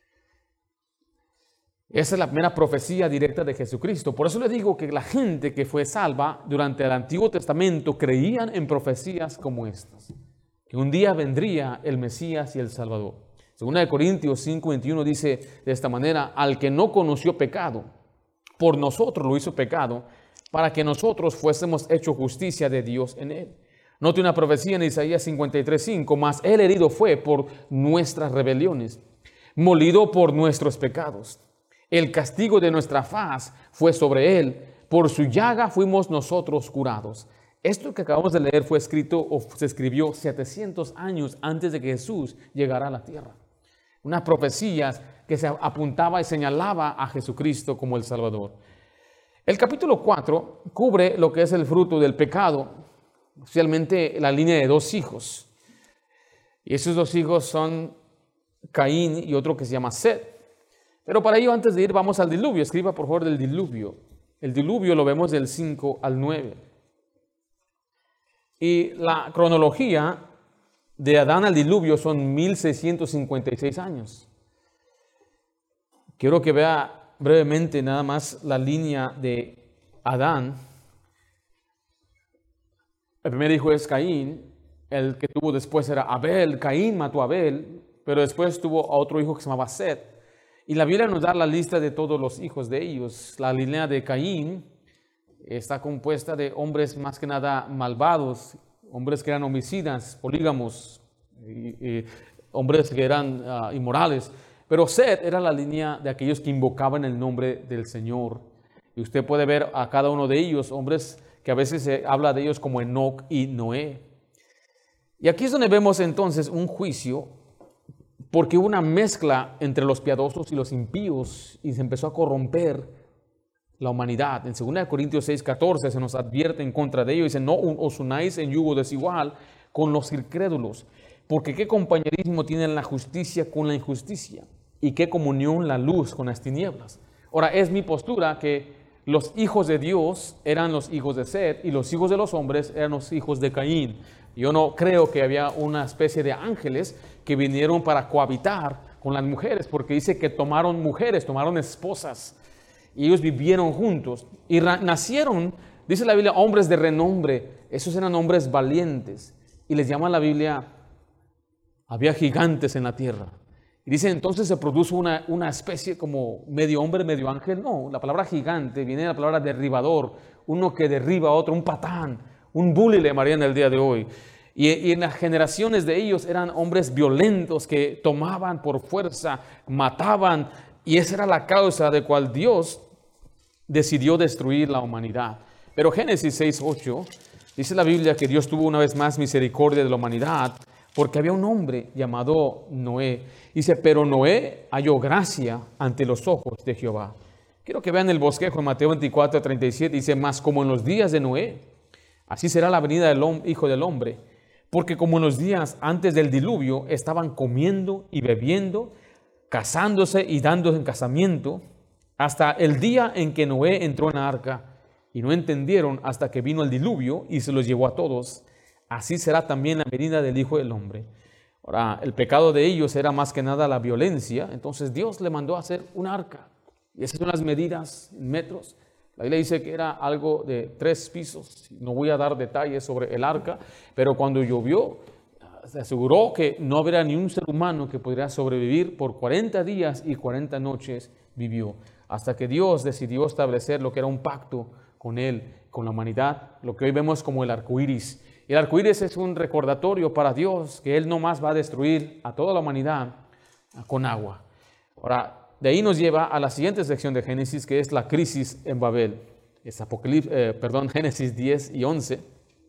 Esa es la primera profecía directa de Jesucristo. Por eso le digo que la gente que fue salva durante el Antiguo Testamento creían en profecías como estas, que un día vendría el Mesías y el Salvador. Segunda de Corintios cinco veintiuno dice de esta manera: al que no conoció pecado, por nosotros lo hizo pecado, para que nosotros fuésemos hecho justicia de Dios en él. Note una profecía en Isaías cincuenta y tres cinco: mas él herido fue por nuestras rebeliones, molido por nuestros pecados. El castigo de nuestra faz fue sobre él, por su llaga fuimos nosotros curados. Esto que acabamos de leer fue escrito o se escribió setecientos años antes de que Jesús llegara a la tierra. Una profecía que se apuntaba y señalaba a Jesucristo como el Salvador. El capítulo cuatro cubre lo que es el fruto del pecado, especialmente la línea de dos hijos. Y esos dos hijos son Caín y otro que se llama Set. Pero para ello, antes de ir, vamos al diluvio. Escriba por favor del diluvio. El diluvio lo vemos del cinco al nueve. Y la cronología de Adán al diluvio son mil seiscientos cincuenta y seis años. Quiero que vea brevemente nada más la línea de Adán. El primer hijo es Caín. El que tuvo después era Abel. Caín mató a Abel, pero después tuvo a otro hijo que se llamaba Set. Y la Biblia nos da la lista de todos los hijos de ellos. La línea de Caín está compuesta de hombres más que nada malvados, hombres que eran homicidas, polígamos, y, y hombres que eran uh, inmorales. Pero Set era la línea de aquellos que invocaban el nombre del Señor. Y usted puede ver a cada uno de ellos, hombres que a veces se habla de ellos como Enoc y Noé. Y aquí es donde vemos entonces un juicio, porque hubo una mezcla entre los piadosos y los impíos y se empezó a corromper la humanidad. En segunda Corintios seis catorce se nos advierte en contra de ello. Dice: no os unáis en yugo desigual con los incrédulos, porque qué compañerismo tiene la justicia con la injusticia y qué comunión la luz con las tinieblas. Ahora, es mi postura que los hijos de Dios eran los hijos de Set y los hijos de los hombres eran los hijos de Caín. Yo no creo que había una especie de ángeles que vinieron para cohabitar con las mujeres, porque dice que tomaron mujeres, tomaron esposas, y ellos vivieron juntos. Y nacieron, dice la Biblia, hombres de renombre. Esos eran hombres valientes. Y les llama la Biblia, había gigantes en la tierra. Y dice, entonces se produjo una, una especie como medio hombre, medio ángel. No, la palabra gigante viene de la palabra derribador, uno que derriba a otro, un patán, un bully le llamarían el día de hoy. Y, y en las generaciones de ellos eran hombres violentos que tomaban por fuerza, mataban, y esa era la causa de cual Dios decidió destruir la humanidad. Pero Génesis seis ocho dice la Biblia que Dios tuvo una vez más misericordia de la humanidad, porque había un hombre llamado Noé. Dice, pero Noé halló gracia ante los ojos de Jehová. Quiero que vean el bosquejo en Mateo veinticuatro treinta y siete. Dice, mas como en los días de Noé, así será la venida del Hijo del Hombre. Porque como en los días antes del diluvio estaban comiendo y bebiendo, casándose y dándose en casamiento, hasta el día en que Noé entró en la arca, y no entendieron hasta que vino el diluvio y se los llevó a todos. Así será también la venida del Hijo del Hombre. Ahora, el pecado de ellos era más que nada la violencia. Entonces Dios le mandó a hacer un arca. Y esas son las medidas en metros. La Biblia dice que era algo de tres pisos. No voy a dar detalles sobre el arca, pero cuando llovió, se aseguró que no habría ni un ser humano que pudiera sobrevivir. Por cuarenta días y cuarenta noches vivió. hasta que Dios decidió establecer lo que era un pacto con él, con la humanidad, lo que hoy vemos como el arco iris. El arco iris es un recordatorio para Dios que él no más va a destruir a toda la humanidad con agua. Ahora, de ahí nos lleva a la siguiente sección de Génesis, que es la crisis en Babel. Es Apocalipsis, eh, perdón, Génesis diez y once.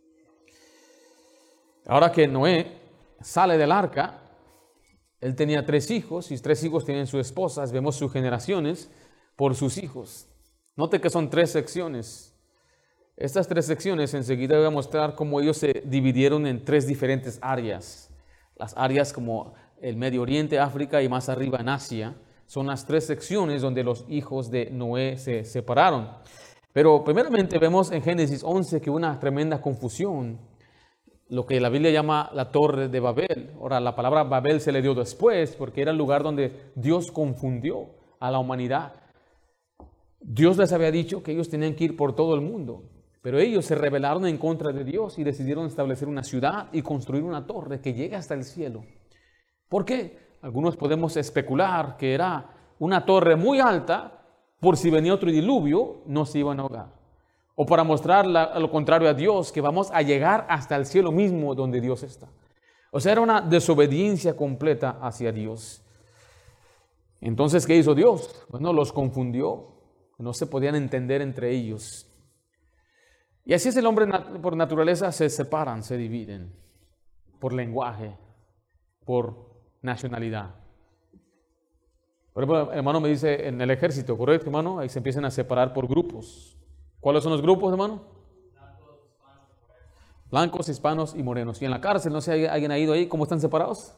Ahora que Noé sale del arca, él tenía tres hijos, y tres hijos tienen sus esposas. Vemos sus generaciones por sus hijos. Note que son tres secciones. Estas tres secciones enseguida voy a mostrar cómo ellos se dividieron en tres diferentes áreas. Las áreas como el Medio Oriente, África y más arriba en Asia, son las tres secciones donde los hijos de Noé se separaron. Pero primeramente vemos en Génesis once que hubo una tremenda confusión, lo que la Biblia llama la Torre de Babel. Ahora, la palabra Babel se le dio después porque era el lugar donde Dios confundió a la humanidad. Dios les había dicho que ellos tenían que ir por todo el mundo, pero ellos se rebelaron en contra de Dios y decidieron establecer una ciudad y construir una torre que llegue hasta el cielo. ¿Por qué? Algunos podemos especular que era una torre muy alta, por si venía otro diluvio, no se iban a ahogar. O para mostrar la, lo contrario a Dios, que vamos a llegar hasta el cielo mismo donde Dios está. O sea, era una desobediencia completa hacia Dios. Entonces, ¿qué hizo Dios? Bueno, los confundió. No se podían entender entre ellos. Y así es el hombre por naturaleza, se separan, se dividen. Por lenguaje, por nacionalidad. Por ejemplo, hermano me dice en el ejército, ¿correcto, hermano? Ahí se empiezan a separar por grupos. ¿Cuáles son los grupos, hermano? Blancos, hispanos y morenos. Y en la cárcel, no sé si alguien ha ido ahí, ¿cómo están separados?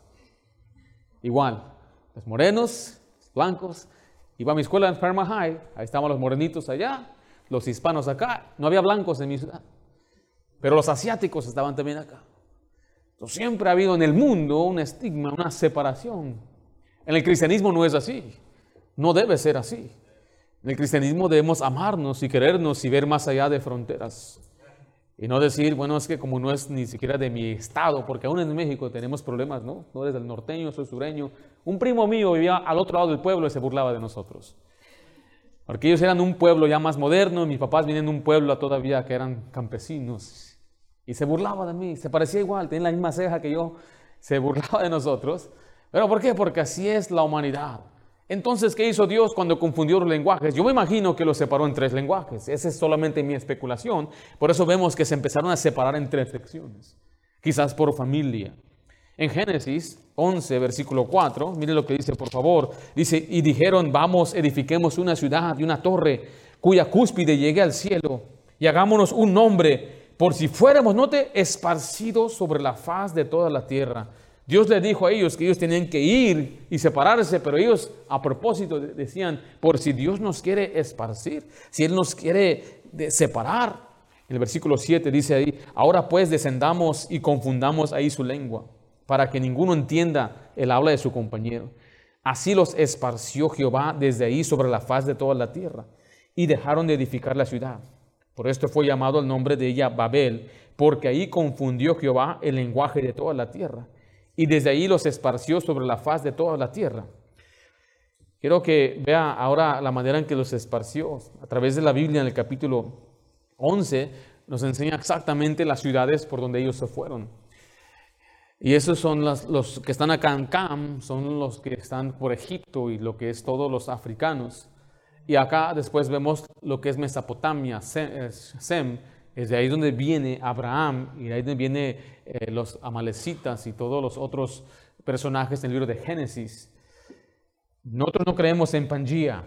Igual, los morenos, blancos. Iba a mi escuela en Fairmont High, ahí estaban los morenitos allá, los hispanos acá. No había blancos en mi ciudad, pero los asiáticos estaban también acá. Entonces, siempre ha habido en el mundo un estigma, una separación. En el cristianismo no es así, no debe ser así. En el cristianismo debemos amarnos y querernos y ver más allá de fronteras. Y no decir, bueno, es que como no es ni siquiera de mi estado, porque aún en México tenemos problemas, ¿no? No eres del norteño, soy sureño. Un primo mío vivía al otro lado del pueblo y se burlaba de nosotros. Porque ellos eran un pueblo ya más moderno, y mis papás vienen de un pueblo todavía que eran campesinos. Y se burlaba de mí, se parecía igual, tenía la misma ceja que yo, se burlaba de nosotros. ¿Pero por qué? Porque así es la humanidad. Entonces, ¿qué hizo Dios cuando confundió los lenguajes? Yo me imagino que los separó en tres lenguajes. Esa es solamente mi especulación. Por eso vemos que se empezaron a separar en tres secciones. Quizás por familia. En Génesis once, versículo cuatro, miren lo que dice, por favor. Dice, y dijeron, vamos, edifiquemos una ciudad y una torre cuya cúspide llegue al cielo y hagámonos un nombre, por si fuéramos, note, esparcidos sobre la faz de toda la tierra. Dios les dijo a ellos que ellos tenían que ir y separarse, pero ellos a propósito decían, por si Dios nos quiere esparcir, si Él nos quiere separar. En el versículo siete dice ahí, ahora pues descendamos y confundamos ahí su lengua, para que ninguno entienda el habla de su compañero. Así los esparció Jehová desde ahí sobre la faz de toda la tierra, y dejaron de edificar la ciudad. Por esto fue llamado el nombre de ella Babel, porque ahí confundió Jehová el lenguaje de toda la tierra. Y desde ahí los esparció sobre la faz de toda la tierra. Quiero que vea ahora la manera en que los esparció. A través de la Biblia, en el capítulo once, nos enseña exactamente las ciudades por donde ellos se fueron. Y esos son los, los que están acá en Cam, son los que están por Egipto y lo que es todos los africanos. Y acá después vemos lo que es Mesopotamia, Sem. Es de ahí donde viene Abraham y de ahí donde vienen eh, los amalecitas y todos los otros personajes del libro de Génesis. Nosotros no creemos en Pangea,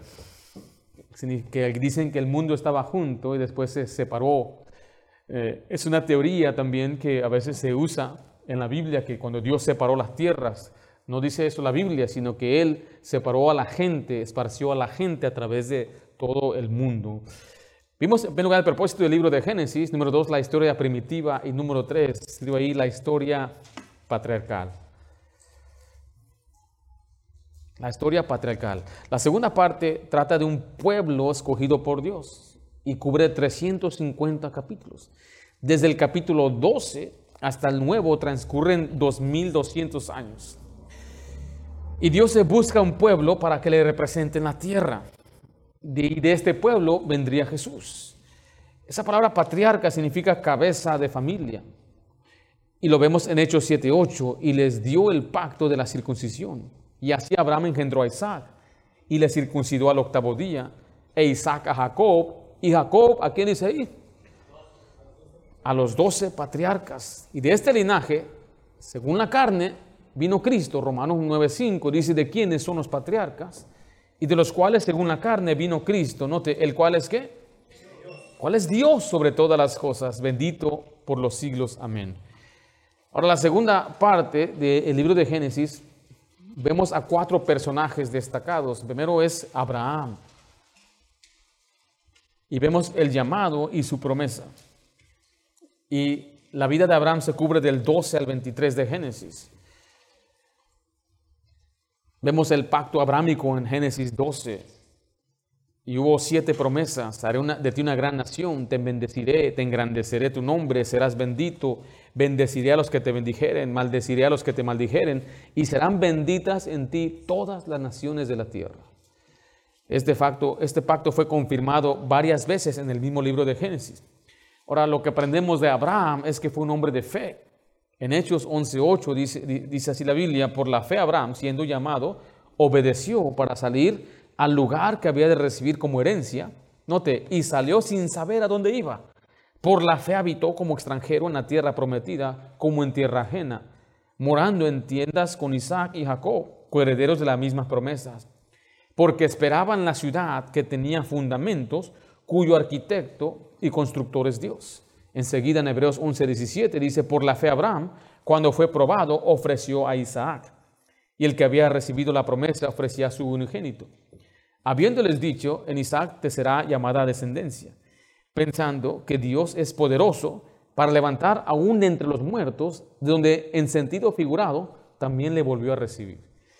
que dicen que el mundo estaba junto y después se separó. Eh, es una teoría también que a veces se usa en la Biblia, que cuando Dios separó las tierras, no dice eso la Biblia, sino que Él separó a la gente, esparció a la gente a través de todo el mundo. Vimos en primer lugar el propósito del libro de Génesis, número dos, la historia primitiva, y número tres, escribo ahí la historia patriarcal. La historia patriarcal. La segunda parte trata de un pueblo escogido por Dios y cubre trescientos cincuenta capítulos. Desde el capítulo doce hasta el nuevo transcurren dos mil doscientos años. Y Dios se busca un pueblo para que le represente en la tierra. de, de este pueblo vendría Jesús. Esa palabra patriarca significa cabeza de familia. Y lo vemos en Hechos siete ocho, y les dio el pacto de la circuncisión. Y así Abraham engendró a Isaac, y le circuncidó al octavo día, e Isaac a Jacob, y Jacob, ¿a quién dice ahí? A los doce patriarcas. Y de este linaje, según la carne, vino Cristo. Romanos nueve cinco dice de quiénes son los patriarcas, y de los cuales según la carne vino Cristo. Note, ¿el cual es qué? ¿Cuál es Dios sobre todas las cosas? Bendito por los siglos. Amén. Ahora, la segunda parte del libro de Génesis, vemos a cuatro personajes destacados. Primero es Abraham. Y vemos el llamado y su promesa. Y la vida de Abraham se cubre del doce al veintitrés de Génesis. Vemos el pacto abrámico en Génesis doce. Y hubo siete promesas: haré una, de ti una gran nación, te bendeciré, te engrandeceré tu nombre, serás bendito, bendeciré a los que te bendijeren, maldeciré a los que te maldijeren, y serán benditas en ti todas las naciones de la tierra. Este pacto, este pacto fue confirmado varias veces en el mismo libro de Génesis. Ahora, lo que aprendemos de Abraham es que fue un hombre de fe. En Hechos once ocho dice, dice así la Biblia: por la fe Abraham, siendo llamado, obedeció para salir al lugar que había de recibir como herencia. Note, y salió sin saber a dónde iba. Por la fe habitó como extranjero en la tierra prometida, como en tierra ajena, morando en tiendas con Isaac y Jacob, coherederos de las mismas promesas, porque esperaban la ciudad que tenía fundamentos, cuyo arquitecto y constructor es Dios. Enseguida en Hebreos once diecisiete dice: por la fe Abraham, cuando fue probado, ofreció a Isaac, y el que había recibido la promesa ofrecía a su unigénito, habiéndoles dicho: en Isaac te será llamada descendencia, pensando que Dios es poderoso para levantar aún de entre los muertos, de donde en sentido figurado también le volvió a recibir.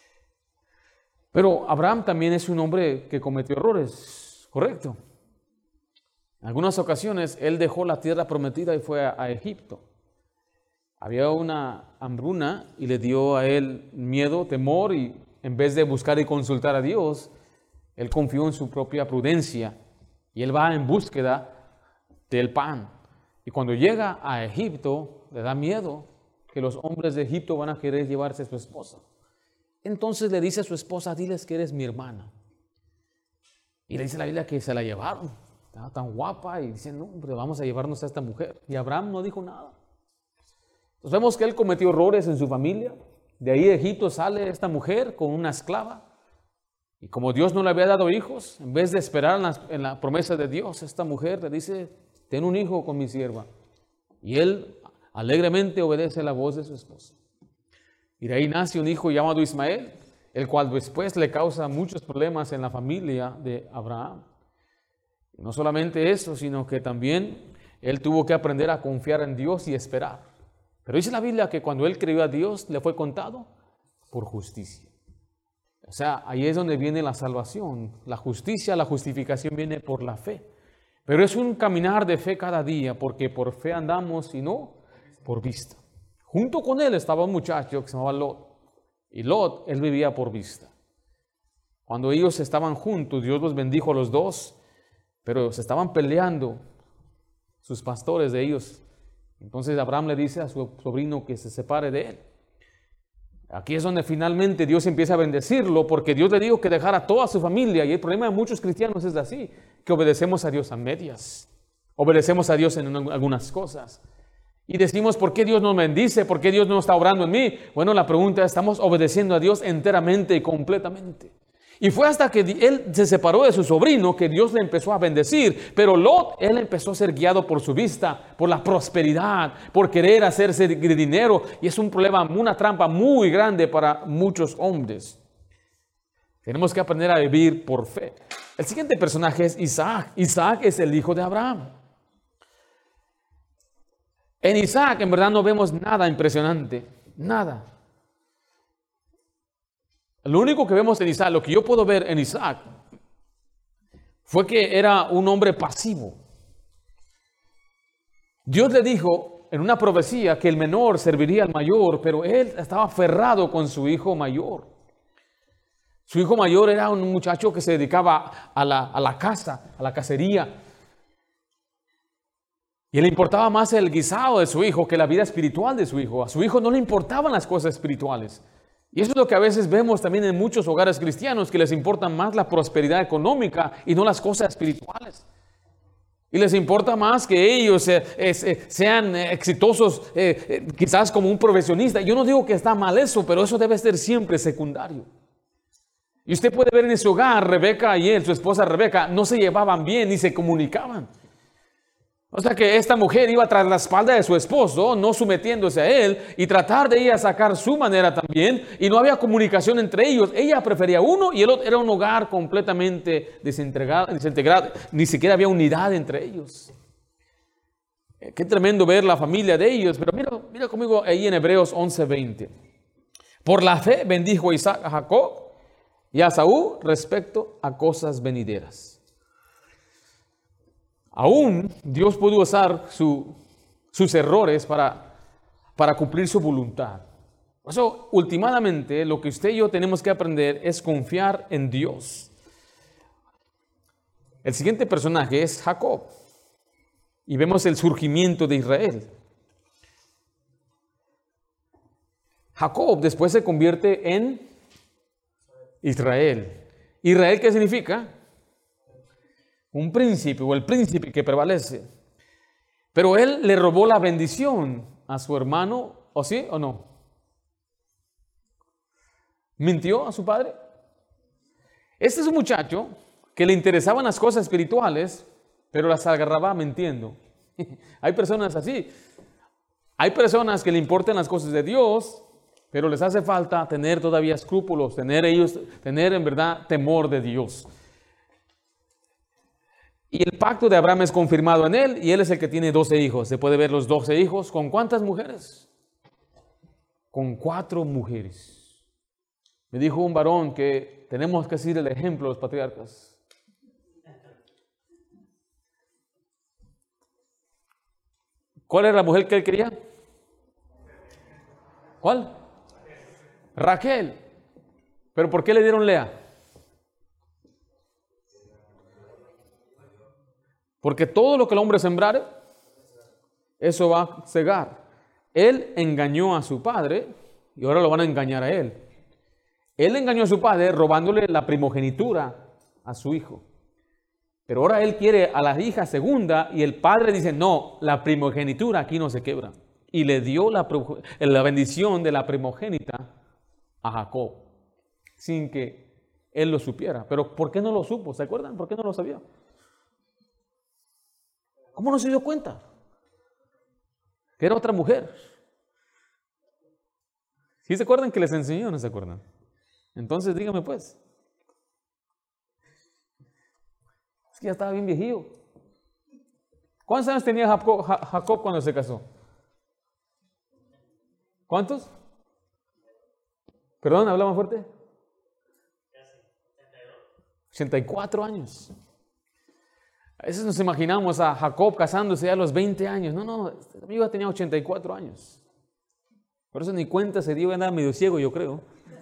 Pero Abraham también es un hombre que cometió errores, ¿correcto? En algunas ocasiones él dejó la tierra prometida y fue a, a Egipto. Había una hambruna y le dio a él miedo, temor, y en vez de buscar y consultar a Dios, él confió en su propia prudencia y él va en búsqueda del pan. Y cuando llega a Egipto, le da miedo que los hombres de Egipto van a querer llevarse a su esposa. Entonces le dice a su esposa: diles que eres mi hermana. Y le dice la Biblia que se la llevaron. Estaba tan guapa y dicen: no, hombre, vamos a llevarnos a esta mujer. Y Abraham no dijo nada. Entonces vemos que él cometió errores en su familia. De ahí de Egipto sale esta mujer con una esclava. Y como Dios no le había dado hijos, en vez de esperar en la, en la promesa de Dios, esta mujer le dice: ten un hijo con mi sierva. Y él alegremente obedece la voz de su esposa. Y de ahí nace un hijo llamado Ismael, el cual después le causa muchos problemas en la familia de Abraham. Y no solamente eso, sino que también él tuvo que aprender a confiar en Dios y esperar. Pero dice la Biblia que cuando él creyó a Dios, le fue contado por justicia. O sea, ahí es donde viene la salvación. La justicia, la justificación viene por la fe. Pero es un caminar de fe cada día, porque por fe andamos y no por vista. Junto con él estaba un muchacho que se llamaba Lot. Y Lot, él vivía por vista. Cuando ellos estaban juntos, Dios los bendijo a los dos, pero se estaban peleando sus pastores de ellos. Entonces Abraham le dice a su sobrino que se separe de él. Aquí es donde finalmente Dios empieza a bendecirlo, porque Dios le dijo que dejara a toda su familia. Y el problema de muchos cristianos es así, que obedecemos a Dios a medias. Obedecemos a Dios en algunas cosas. Y decimos: ¿por qué Dios no me bendice? ¿Por qué Dios no está obrando en mí? Bueno, la pregunta es: ¿estamos obedeciendo a Dios enteramente y completamente? Y fue hasta que él se separó de su sobrino que Dios le empezó a bendecir. Pero Lot, él empezó a ser guiado por su vista, por la prosperidad, por querer hacerse de dinero. Y es un problema, una trampa muy grande para muchos hombres. Tenemos que aprender a vivir por fe. El siguiente personaje es Isaac. Isaac es el hijo de Abraham. En Isaac, en verdad, no vemos nada impresionante. Nada. Lo único que vemos en Isaac, lo que yo puedo ver en Isaac, fue que era un hombre pasivo. Dios le dijo en una profecía que el menor serviría al mayor, pero él estaba aferrado con su hijo mayor. Su hijo mayor era un muchacho que se dedicaba a la, a la caza, a la cacería. Y le importaba más el guisado de su hijo que la vida espiritual de su hijo. A su hijo no le importaban las cosas espirituales. Y eso es lo que a veces vemos también en muchos hogares cristianos, que les importa más la prosperidad económica y no las cosas espirituales. Y les importa más que ellos eh, eh, sean exitosos, eh, eh, quizás como un profesionista. Yo no digo que está mal eso, pero eso debe ser siempre secundario. Y usted puede ver en ese hogar, Rebeca y él, su esposa Rebeca, no se llevaban bien ni se comunicaban. O sea que esta mujer iba tras la espalda de su esposo, no sometiéndose a él, y tratar de ella sacar su manera también, y no había comunicación entre ellos. Ella prefería uno y el otro. Era un hogar completamente desintegrado, desintegrado, ni siquiera había unidad entre ellos. Qué tremendo ver la familia de ellos, pero mira, mira conmigo ahí en Hebreos once veinte. Por la fe bendijo Isaac a Jacob y a Esaú respecto a cosas venideras. Aún Dios pudo usar su, sus errores para, para cumplir su voluntad. Por eso, últimamente, lo que usted y yo tenemos que aprender es confiar en Dios. El siguiente personaje es Jacob. Y vemos el surgimiento de Israel. Jacob después se convierte en Israel. ¿Israel qué significa? Un príncipe o el príncipe que prevalece. Pero él le robó la bendición a su hermano, ¿o sí o no? ¿Mintió a su padre? Este es un muchacho que le interesaban las cosas espirituales, pero las agarraba mintiendo. Hay personas así. Hay personas que le importan las cosas de Dios, pero les hace falta tener todavía escrúpulos, tener ellos, tener en verdad temor de Dios. Y el pacto de Abraham es confirmado en él, y él es el que tiene doce hijos. Se puede ver los doce hijos. ¿Con cuántas mujeres? Con cuatro mujeres. Me dijo un varón que tenemos que seguir el ejemplo de los patriarcas. ¿Cuál era la mujer que él quería? ¿Cuál? Raquel. ¿Pero por qué le dieron Lea? Porque todo lo que el hombre sembrare, eso va a cegar. Él engañó a su padre y ahora lo van a engañar a él. Él engañó a su padre robándole la primogenitura a su hijo. Pero ahora él quiere a la hija segunda y el padre dice, no, la primogenitura aquí no se quebra. Y le dio la, la bendición de la primogénita a Jacob, sin que él lo supiera. Pero ¿por qué no lo supo? ¿Se acuerdan? ¿Por qué no lo sabía? ¿Cómo no se dio cuenta? Que era otra mujer. ¿Sí se acuerdan que les enseñó o no se acuerdan? Entonces dígame pues. Es que ya estaba bien viejío. ¿Cuántos años tenía Jacob, Jacob cuando se casó? ¿Cuántos? Perdón, habla más fuerte. ochenta y cuatro años. A veces nos imaginamos a Jacob casándose a los veinte años. No, no, este amigo tenía ochenta y cuatro años. Por eso ni cuenta se dio, andaba medio ciego, yo creo.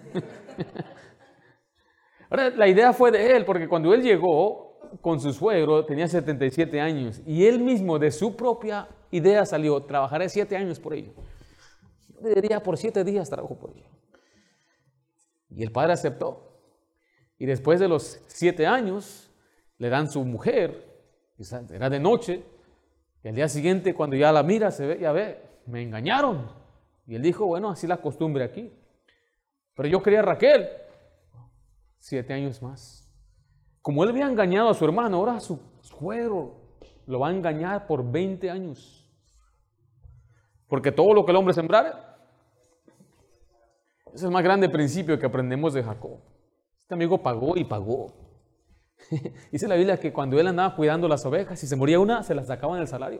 Ahora, la idea fue de él, porque cuando él llegó con su suegro, tenía setenta y siete años. Y él mismo, de su propia idea, salió, trabajaré siete años por ello. Yo le diría, por siete días trabajo por ello. Y el padre aceptó. Y después de los siete años, le dan su mujer. Era de noche, y al día siguiente cuando ya la mira, se ve, ya ve, me engañaron. Y él dijo, bueno, así la costumbre aquí. Pero yo quería a Raquel. Siete años más. Como él había engañado a su hermano, ahora su suegro lo va a engañar por veinte años. Porque todo lo que el hombre sembrare, ese es el más grande principio que aprendemos de Jacob. Este amigo pagó y pagó. Dice la Biblia que cuando él andaba cuidando las ovejas, si se moría una, se las sacaban del salario.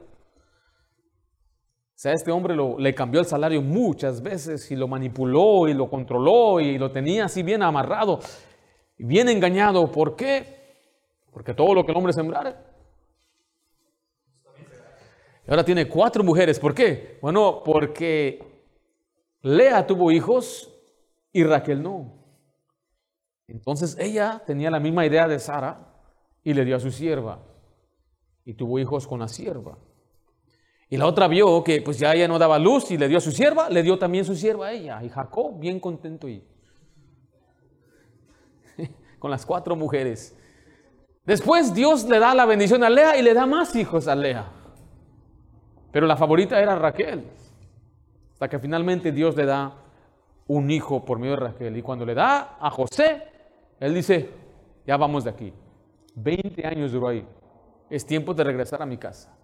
O sea, este hombre lo, le cambió el salario muchas veces y lo manipuló y lo controló y lo tenía así bien amarrado, bien engañado. ¿Por qué? Porque todo lo que el hombre sembrare. Y ahora tiene cuatro mujeres. ¿Por qué? Bueno, porque Lea tuvo hijos y Raquel no. Entonces ella tenía la misma idea de Sara y le dio a su sierva. Y tuvo hijos con la sierva. Y la otra vio que pues ya ella no daba luz y le dio a su sierva, le dio también su sierva a ella. Y Jacob bien contento y con las cuatro mujeres. Después Dios le da la bendición a Lea y le da más hijos a Lea. Pero la favorita era Raquel. Hasta que finalmente Dios le da un hijo por medio de Raquel. Y cuando le da a José, él dice, ya vamos de aquí. veinte años duró ahí. Es tiempo de regresar a mi casa.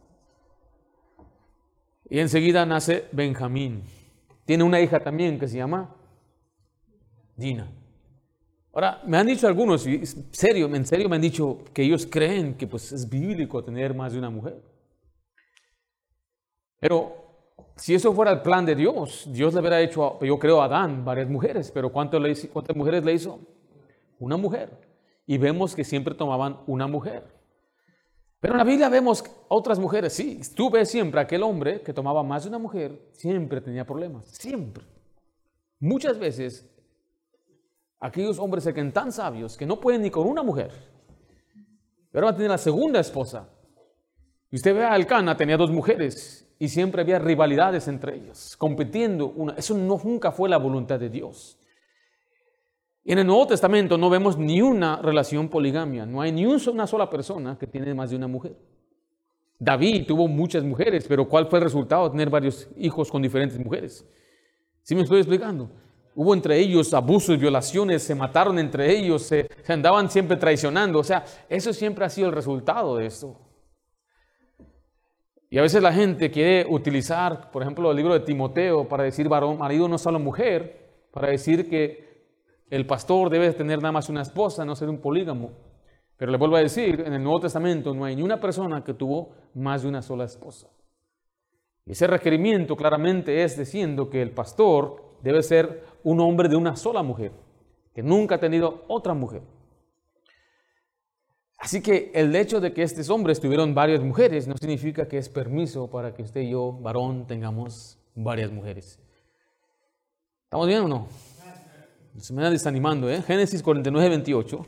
Y enseguida nace Benjamín. Tiene una hija también que se llama Dina. Ahora, me han dicho algunos, y serio, en serio me han dicho que ellos creen que pues, es bíblico tener más de una mujer. Pero si eso fuera el plan de Dios, Dios le hubiera hecho, yo creo, a Adán varias mujeres. Pero ¿cuántas, le, ¿cuántas mujeres le hizo? Una mujer. Y vemos que siempre tomaban una mujer. Pero en la Biblia vemos otras mujeres, sí. Tú ves siempre aquel hombre que tomaba más de una mujer, siempre tenía problemas, siempre. Muchas veces, aquellos hombres se creen tan sabios que no pueden ni con una mujer. Pero van a tener la segunda esposa. Y usted ve a Elcana, tenía dos mujeres y siempre había rivalidades entre ellos, compitiendo. Una. Eso no, nunca fue la voluntad de Dios. Y en el Nuevo Testamento no vemos ni una relación poligamia. No hay ni una sola persona que tiene más de una mujer. David tuvo muchas mujeres, pero ¿cuál fue el resultado de tener varios hijos con diferentes mujeres? ¿Sí me estoy explicando? Hubo entre ellos abusos, violaciones, se mataron entre ellos, se, se andaban siempre traicionando. O sea, eso siempre ha sido el resultado de esto. Y a veces la gente quiere utilizar, por ejemplo, el libro de Timoteo para decir varón, marido no solo mujer, para decir que el pastor debe tener nada más una esposa, no ser un polígamo. Pero le vuelvo a decir, en el Nuevo Testamento no hay ni una persona que tuvo más de una sola esposa. Y ese requerimiento claramente es diciendo que el pastor debe ser un hombre de una sola mujer, que nunca ha tenido otra mujer. Así que el hecho de que estos hombres tuvieron varias mujeres no significa que es permiso para que usted y yo, varón, tengamos varias mujeres. ¿Estamos bien o no? Se me está desanimando, ¿eh? Génesis cuarenta y nueve, veintiocho.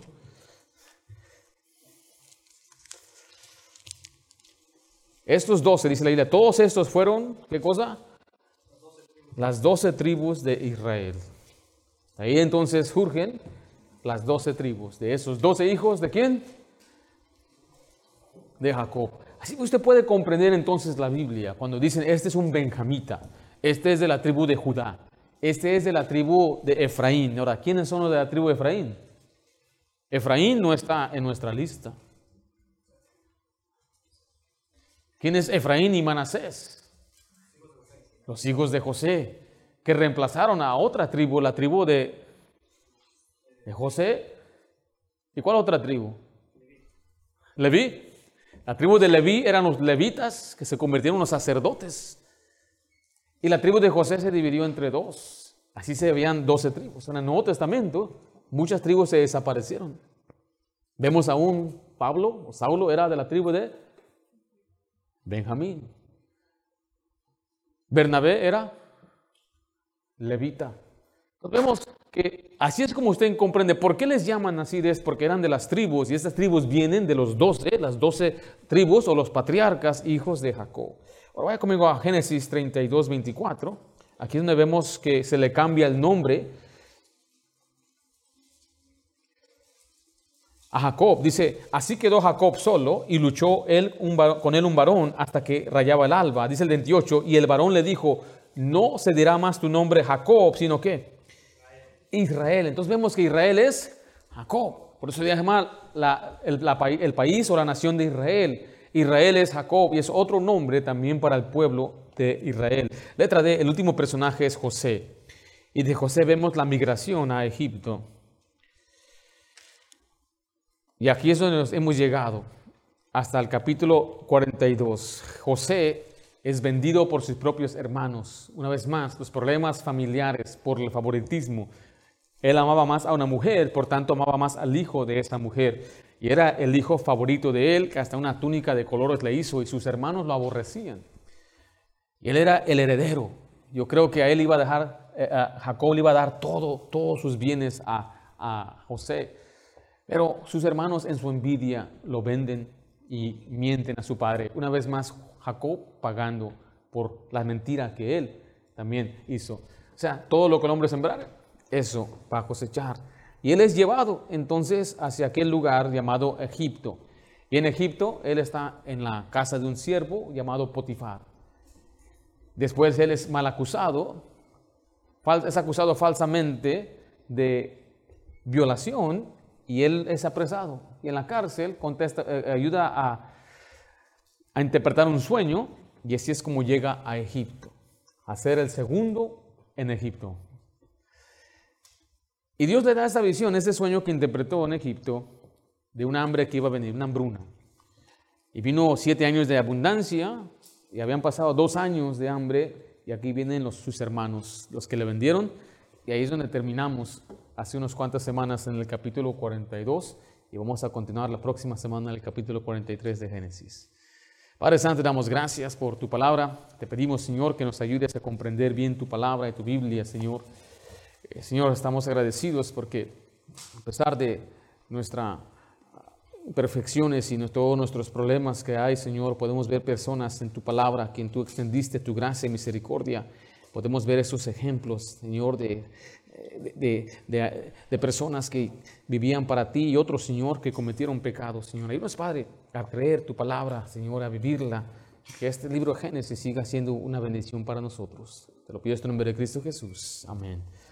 Estos doce, dice la Biblia, todos estos fueron, ¿qué cosa? Las doce tribus de Israel. Ahí entonces surgen las doce tribus. De esos doce hijos, ¿de quién? De Jacob. Así que usted puede comprender entonces la Biblia cuando dicen, este es un benjamita, este es de la tribu de Judá. Este es de la tribu de Efraín. Ahora, ¿quiénes son los de la tribu de Efraín? Efraín no está en nuestra lista. ¿Quién es Efraín y Manasés? Los hijos de José, que reemplazaron a otra tribu, la tribu de, de José. ¿Y cuál otra tribu? Leví. La tribu de Leví eran los levitas que se convirtieron en los sacerdotes. Y la tribu de José se dividió entre dos. Así se veían doce tribus. En el Nuevo Testamento, muchas tribus se desaparecieron. Vemos aún Pablo, o Saulo, era de la tribu de Benjamín. Bernabé era levita. Entonces vemos que así es como usted comprende. ¿Por qué les llaman así? Es porque eran de las tribus, y estas tribus vienen de los doce, las doce tribus o los patriarcas, hijos de Jacob. Ahora vaya conmigo a Génesis treinta y dos, veinticuatro. Aquí es donde vemos que se le cambia el nombre a Jacob. Dice, así quedó Jacob solo y luchó él un varón, con él un varón hasta que rayaba el alba. Dice el veintiocho, y el varón le dijo, no se dirá más tu nombre Jacob, sino que Israel. Entonces vemos que Israel es Jacob. Por eso se llama la, el, la, el país o la nación de Israel. Israel es Jacob y es otro nombre también para el pueblo de Israel. Letra D, el último personaje es José. Y de José vemos la migración a Egipto. Y aquí es donde nos hemos llegado, hasta el capítulo cuarenta y dos. José es vendido por sus propios hermanos. Una vez más, los problemas familiares por el favoritismo. Él amaba más a una mujer, por tanto amaba más al hijo de esa mujer. Y era el hijo favorito de él, que hasta una túnica de colores le hizo, y sus hermanos lo aborrecían. Y él era el heredero. Yo creo que a él iba a dejar, eh, a Jacob le iba a dar todo, todos sus bienes a, a José. Pero sus hermanos en su envidia lo venden y mienten a su padre. Una vez más, Jacob pagando por la mentira que él también hizo. O sea, todo lo que el hombre sembrare, eso va a cosechar. Y él es llevado entonces hacia aquel lugar llamado Egipto. Y en Egipto él está en la casa de un siervo llamado Potifar. Después él es mal acusado, es acusado falsamente de violación y él es apresado. Y en la cárcel contesta, eh, ayuda a, a interpretar un sueño y así es como llega a Egipto, a ser el segundo en Egipto. Y Dios le da esa visión, ese sueño que interpretó en Egipto de un hambre que iba a venir, una hambruna. Y vino siete años de abundancia y habían pasado dos años de hambre y aquí vienen los, sus hermanos, los que le vendieron. Y ahí es donde terminamos hace unas cuantas semanas en el capítulo cuarenta y dos y vamos a continuar la próxima semana en el capítulo cuarenta y tres de Génesis. Padre Santo, te damos gracias por tu palabra. Te pedimos, Señor, que nos ayudes a comprender bien tu palabra y tu Biblia, Señor. Eh, Señor, estamos agradecidos porque a pesar de nuestras imperfecciones y todos nuestros problemas que hay, Señor, podemos ver personas en tu palabra, quien tú extendiste tu gracia y misericordia. Podemos ver esos ejemplos, Señor, de, de, de, de personas que vivían para ti y otros, Señor, que cometieron pecados, Señor. Ayúdanos, Padre, a creer tu palabra, Señor, a vivirla. Que este libro de Génesis siga siendo una bendición para nosotros. Te lo pido en el nombre de Cristo Jesús. Amén.